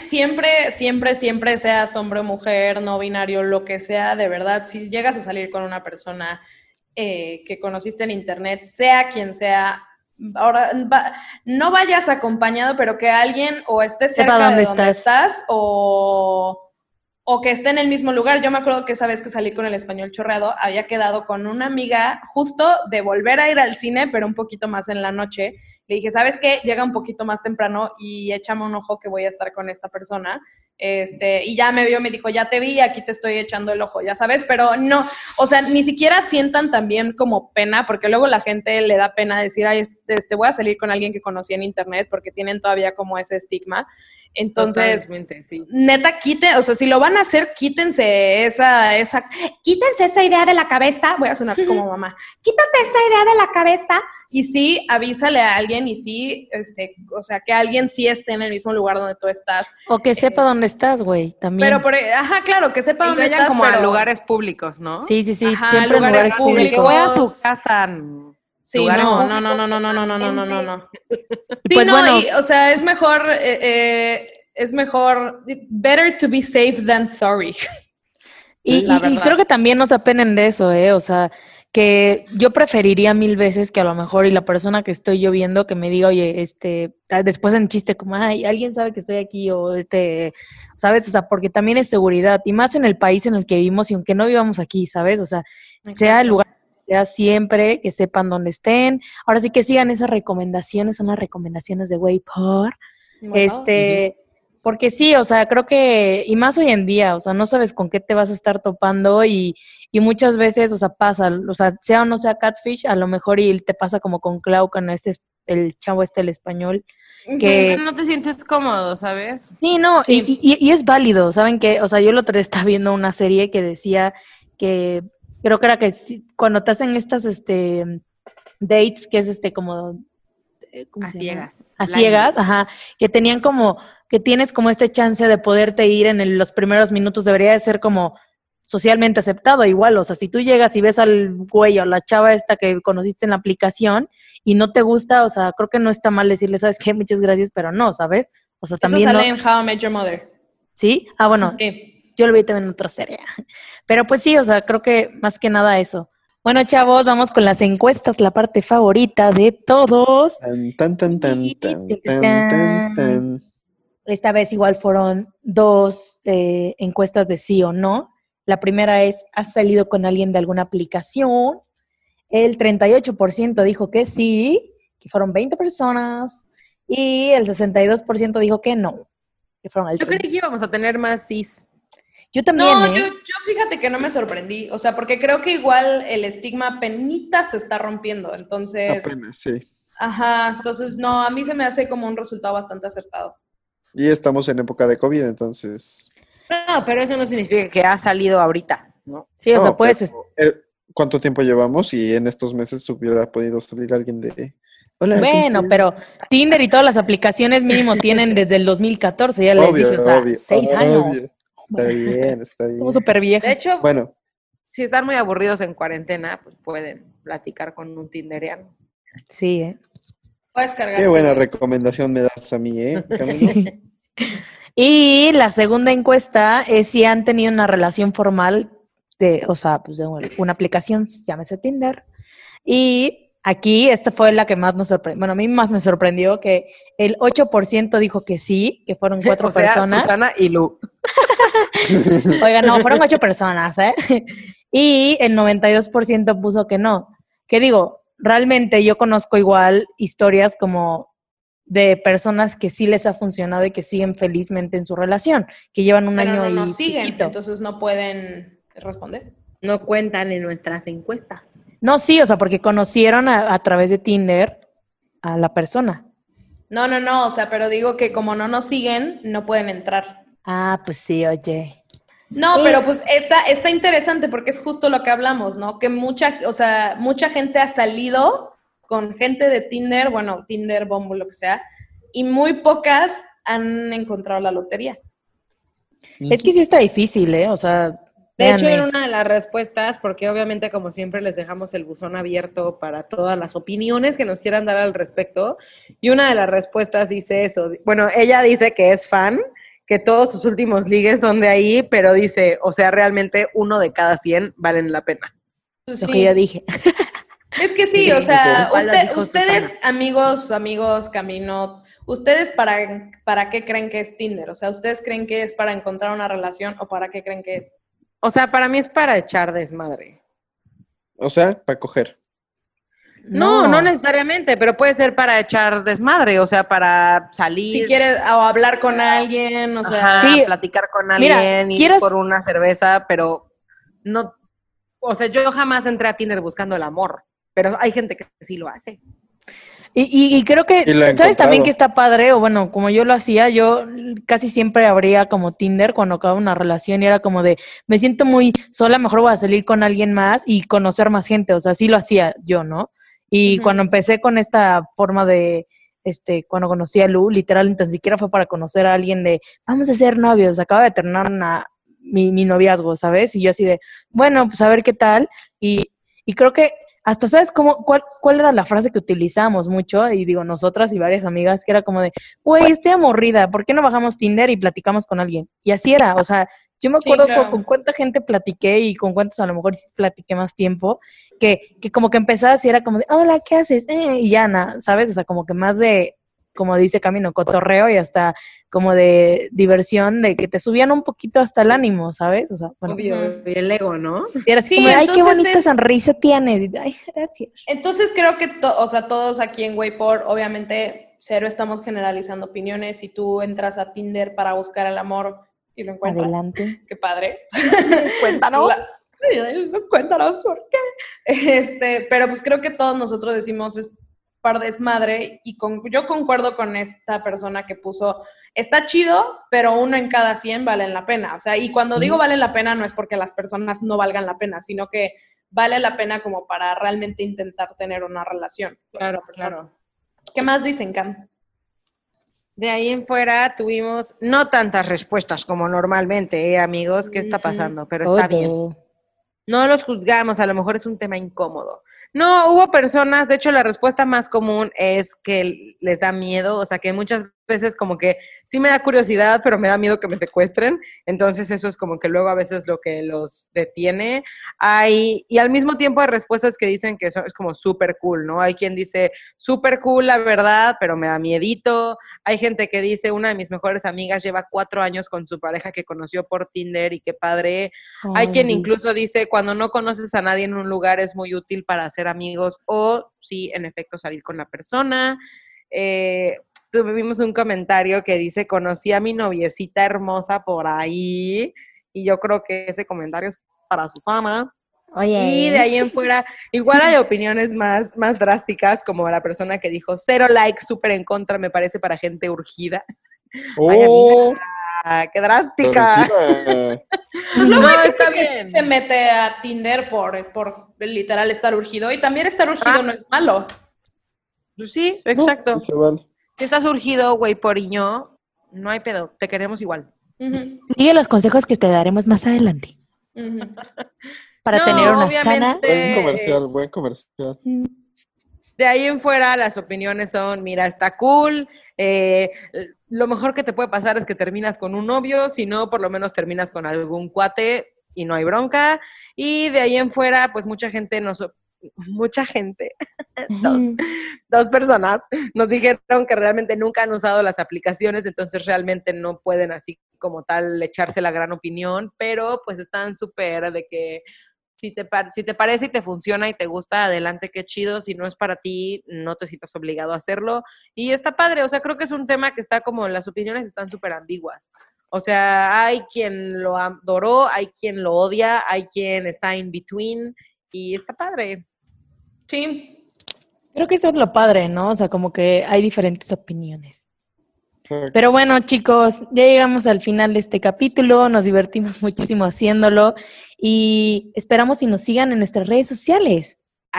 siempre seas hombre o mujer, no binario, lo que sea, de verdad, si llegas a salir con una persona que conociste en internet, sea quien sea, ahora no vayas acompañado, pero que alguien o esté cerca Sepa dónde de donde estás. estás o que esté en el mismo lugar. Yo me acuerdo que esa vez que salí con el Español Chorreado, había quedado con una amiga justo de volver a ir al cine, pero un poquito más en la noche. Le dije, ¿sabes qué? Llega un poquito más temprano y échame un ojo que voy a estar con esta persona. Y ya me vio, me dijo, ya te vi, aquí te estoy echando el ojo, ya sabes, pero no, o sea, ni siquiera sientan también como pena, porque luego la gente le da pena decir, ay, voy a salir con alguien que conocí en internet, porque tienen todavía como ese estigma. Entonces, totalmente, sí. neta, o sea, si lo van a hacer, quítense esa idea de la cabeza, voy a sonar como mamá, quítate esa idea de la cabeza y sí, avísale a alguien alguien y sí, o sea, que alguien sí esté en el mismo lugar donde tú estás. O que sepa dónde estás, güey, también. Pero, ajá, claro, que sepa Y dónde vayan estás, como pero... a lugares públicos, ¿no? Sí, Ajá, siempre en lugares lugares Así de que públicos. voy a su casa. Sí, lugares no. Y Sí, pues no, bueno, y, o sea, es mejor, better to be safe than sorry. La y verdad. creo que también nos apenen de eso, o sea, que yo preferiría 1000 veces que a lo mejor y la persona que estoy yo viendo que me diga, oye, después en chiste como, ay, alguien sabe que estoy aquí o ¿sabes? O sea, porque también es seguridad y más en el país en el que vivimos y aunque no vivamos aquí, ¿sabes? O sea, sea el lugar sea siempre, que sepan dónde estén. Ahora sí que sigan esas recomendaciones, son las recomendaciones de Way por. Bueno, Porque sí, o sea, creo que, y más hoy en día, o sea, no sabes con qué te vas a estar topando y muchas veces, o sea, pasa, o sea o no sea catfish, a lo mejor y te pasa como con Clau, con el chavo el español, Que no te sientes cómodo, ¿sabes? Sí, no, Sí. Y es válido, ¿saben qué? O sea, yo el otro día estaba viendo una serie que decía que, creo que era que cuando te hacen estas, dates, que es como, ¿cómo A se llama? ciegas. A Blind ciegas, date. ajá, que tenían como, que tienes como este chance de poderte ir en los primeros minutos, debería de ser como socialmente aceptado igual, o sea, si tú llegas y ves al güey o la chava esta que conociste en la aplicación y no te gusta, o sea, creo que no está mal decirle, ¿sabes qué? Muchas gracias, pero no, ¿sabes? O sea, eso también sale no, en How I Met Your Mother. ¿sí? Ah, bueno, Sí. yo lo vi también en otra serie. Pero pues sí, o sea, creo que más que nada eso. Bueno, chavos, vamos con las encuestas, la parte favorita de todos. Tan. Esta vez igual fueron 2 encuestas de sí o no. La primera es, ¿has salido con alguien de alguna aplicación? El 38% dijo que sí, que fueron 20 personas, y el 62% dijo que no, que fueron el Yo creí 30. que íbamos a tener más cis. Yo también, No, yo fíjate que no me sorprendí, o sea, porque creo que igual el estigma penita se está rompiendo, entonces, Apenas, sí. ajá, entonces no, a mí se me hace como un resultado bastante acertado. Y estamos en época de COVID, entonces. No, pero eso no significa que ha salido ahorita, ¿no? Sí, o sea, No, puedes... pero, ¿cuánto tiempo llevamos? Y en estos meses hubiera podido salir alguien de. Hola, ¿cómo Bueno, estás? pero Tinder y todas las aplicaciones mínimo tienen desde el 2014, ya les Obvio, dije, o sea, obvio, 6 años. obvio. Está bien, está bien. Somos súper viejas. De hecho, Bueno, si están muy aburridos en cuarentena, pues pueden platicar con un tinderiano. Sí, Puedes cargar. qué buena recomendación me das a mí, Camilo. Y la segunda encuesta es si han tenido una relación formal o sea, pues de una aplicación, llámese Tinder. Y aquí esta fue la que más nos sorprendió. Bueno, a mí más me sorprendió que el 8% dijo que sí, que fueron 4 O sea, personas. Susana y Lu. Oigan, no, fueron 8 personas, ¿eh? Y el 92% puso que no. Que digo, realmente yo conozco igual historias como de personas que sí les ha funcionado y que siguen felizmente en su relación, que llevan un Pero año no y nos siguen, piquito. entonces no pueden responder. No cuentan en nuestras encuestas. No, sí, o sea, porque conocieron a través de Tinder a la persona. No, o sea, pero digo que como no nos siguen, no pueden entrar. Ah, pues sí, oye. No, Sí. pero pues está interesante porque es justo lo que hablamos, ¿no? Que mucha gente ha salido con gente de Tinder, bueno, Tinder, Bumble, lo que sea, y muy pocas han encontrado la lotería. Es que sí está difícil, ¿eh? O sea, De hecho, véanme. en una de las respuestas, porque obviamente como siempre les dejamos el buzón abierto para todas las opiniones que nos quieran dar al respecto, y una de las respuestas dice eso. Bueno, ella dice que es fan, que todos sus últimos ligues son de ahí, pero dice, o sea, realmente 1 de cada 100 valen la pena. Pues Lo sí. que ya dije. Es que sí, Sí, o sea, igual lo dijo ustedes, Susana. amigos, Camino, ¿ustedes para qué creen que es Tinder? O sea, ¿ustedes creen que es para encontrar una relación o para qué creen que es? O sea, para mí es para echar desmadre. O sea, para coger. No necesariamente, pero puede ser para echar desmadre, o sea, para salir. Si quieres o hablar con alguien, o sea, Ajá, Sí. platicar con Mira, alguien, ir ¿quieres- por una cerveza, pero no, o sea, yo jamás entré a Tinder buscando el amor, pero hay gente que sí lo hace. Y creo que, Y lo he ¿sabes también encontrado. que está padre? O bueno, como yo lo hacía, yo casi siempre abría como Tinder cuando acababa una relación y era como de, me siento muy sola, mejor voy a salir con alguien más y conocer más gente, o sea, sí lo hacía yo, ¿no? Y cuando empecé con esta forma de, cuando conocí a Lu, literal, ni tan siquiera fue para conocer a alguien de, vamos a ser novios, acaba de terminar mi noviazgo, ¿sabes? Y yo así de, bueno, pues a ver qué tal. Y creo que hasta, ¿sabes cuál era la frase que utilizamos mucho? Y digo, nosotras y varias amigas, que era como de, güey, estoy aburrida, ¿por qué no bajamos Tinder y platicamos con alguien? Y así era, o sea, yo me acuerdo con cuánta gente platiqué y con cuántos a lo mejor sí platiqué más tiempo, que como que empezabas y era como de, hola, ¿qué haces? Y ya, ¿sabes? O sea, como que más de, como dice Camino, cotorreo y hasta como de diversión, de que te subían un poquito hasta el ánimo, ¿sabes? O sea, bueno. Obvio, y el ego, ¿no? Y era así como, ay, qué bonita sonrisa tienes. Y, ay, gracias. Entonces creo que, todos aquí en Waypor, obviamente, cero estamos generalizando opiniones. Si tú entras a Tinder para buscar el amor y lo encuentras. Adelante. Qué padre. Cuéntanos. Cuéntanos por qué. Pero pues creo que todos nosotros decimos es par de desmadre y yo concuerdo con esta persona que puso, está chido, pero 1 en cada 100 valen la pena. O sea, y cuando digo vale la pena no es porque las personas no valgan la pena, sino que vale la pena como para realmente intentar tener una relación. Claro. ¿Qué más dicen, Cam? De ahí en fuera tuvimos no tantas respuestas como normalmente, amigos. ¿Qué está pasando? Pero está bien. No los juzgamos, a lo mejor es un tema incómodo. No, hubo personas, de hecho la respuesta más común es que les da miedo, o sea que muchas veces como que sí me da curiosidad, pero me da miedo que me secuestren, entonces eso es como que luego a veces lo que los detiene. Y al mismo tiempo hay respuestas que dicen que eso es como súper cool, ¿no? Hay quien dice súper cool, la verdad, pero me da miedito. Hay gente que dice, una de mis mejores amigas lleva 4 años con su pareja que conoció por Tinder y qué padre. Hay quien incluso dice, cuando no conoces a nadie en un lugar es muy útil para hacer amigos o, sí, en efecto, salir con la persona. Tuvimos un comentario que dice, conocí a mi noviecita hermosa por ahí, y yo creo que ese comentario es para Susana. Oye. Y de ahí en fuera, igual hay opiniones más más drásticas, como la persona que dijo, 0 likes, súper en contra, me parece para gente urgida. Ay, amiga, qué drástica. Pues luego hay gente que se mete a Tinder por literal estar urgido, y también estar urgido no es malo. Sí, exacto. No, vale. Si estás urgido, güey, poriño, no hay pedo, te queremos igual. Sigue los consejos que te daremos más adelante. Para tener una sana... Buen comercial. De ahí en fuera, las opiniones son, mira, está cool, lo mejor que te puede pasar es que terminas con un novio, si no, por lo menos terminas con algún cuate y no hay bronca. Y de ahí en fuera, pues mucha gente, dos personas nos dijeron que realmente nunca han usado las aplicaciones, entonces realmente no pueden así como tal echarse la gran opinión, pero pues están súper de que si te parece y te funciona y te gusta, adelante, qué chido. Si no es para ti, no te sientas obligado a hacerlo. Y está padre, o sea, creo que es un tema que está como, las opiniones están súper ambiguas. O sea, hay quien lo adoró, hay quien lo odia, hay quien está in between, y está padre. Sí. Creo que eso es lo padre, ¿no? O sea, como que hay diferentes opiniones. Pero bueno, chicos, ya llegamos al final de este capítulo, nos divertimos muchísimo haciéndolo y esperamos y nos sigan en nuestras redes sociales.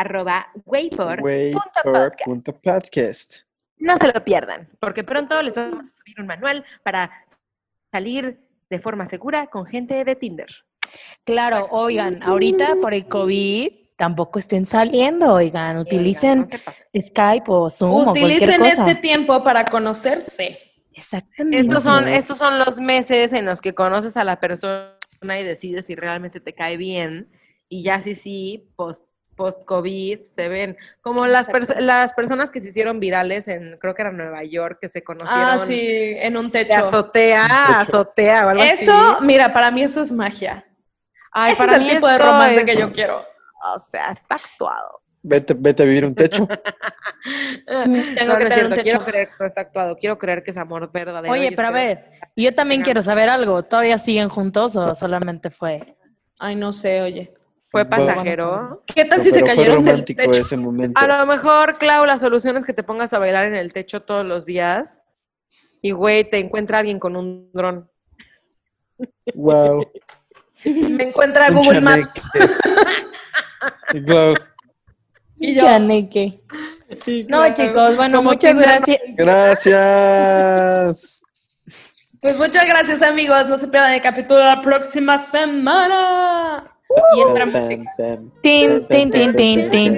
@waypor.podcast. No se lo pierdan, porque pronto les vamos a subir un manual para salir de forma segura con gente de Tinder. Claro, oigan, ahorita por el COVID tampoco estén saliendo, oigan, utilicen Skype o Zoom o cualquier cosa. Utilicen este tiempo para conocerse. Exactamente. Estos son los meses en los que conoces a la persona y decides si realmente te cae bien, y ya sí, post-COVID se ven como las personas que se hicieron virales creo que era Nueva York, que se conocieron. Ah, sí, en un techo. De azotea o algo así. Eso, mira, para mí eso es magia. Ay, ese es el tipo de romance que yo quiero. O sea, está actuado. Vete a vivir un techo. Tengo que tener un techo. Quiero creer que no está actuado. Quiero creer que es amor verdadero. Oye, pero a ver, yo también quiero saber algo. ¿Todavía siguen juntos o solamente fue? Ay, no sé, oye. ¿Fue pasajero? ¿Qué tal si se cayeron del techo? Fue romántico ese momento. A lo mejor, Clau, la solución es que te pongas a bailar en el techo todos los días y, güey, te encuentra alguien con un dron. Wow. Me encuentra Google Maps. Claro. Y yo, Chaneque. sí, No, claro. chicos, bueno, Como muchas Tinder, gracias. Gracias. Pues muchas gracias, amigos. No se pierdan el capítulo la próxima semana. Y entra música. Tin, tin, tin, tin, tin.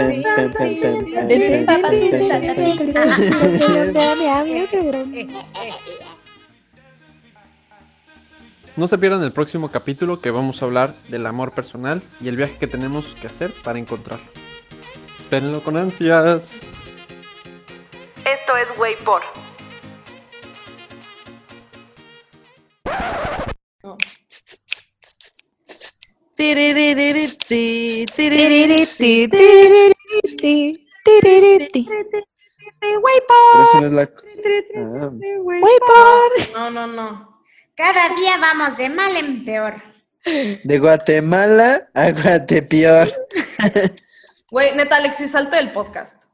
No se pierdan el próximo capítulo que vamos a hablar del amor personal y el viaje que tenemos que hacer para encontrarlo. Espérenlo con ansias. Esto es Güey por. Pero eso no es la... Ah. No. Cada día vamos de mal en peor. De Guatemala a Guatepeor. Güey, neta, Alexis, salte del podcast.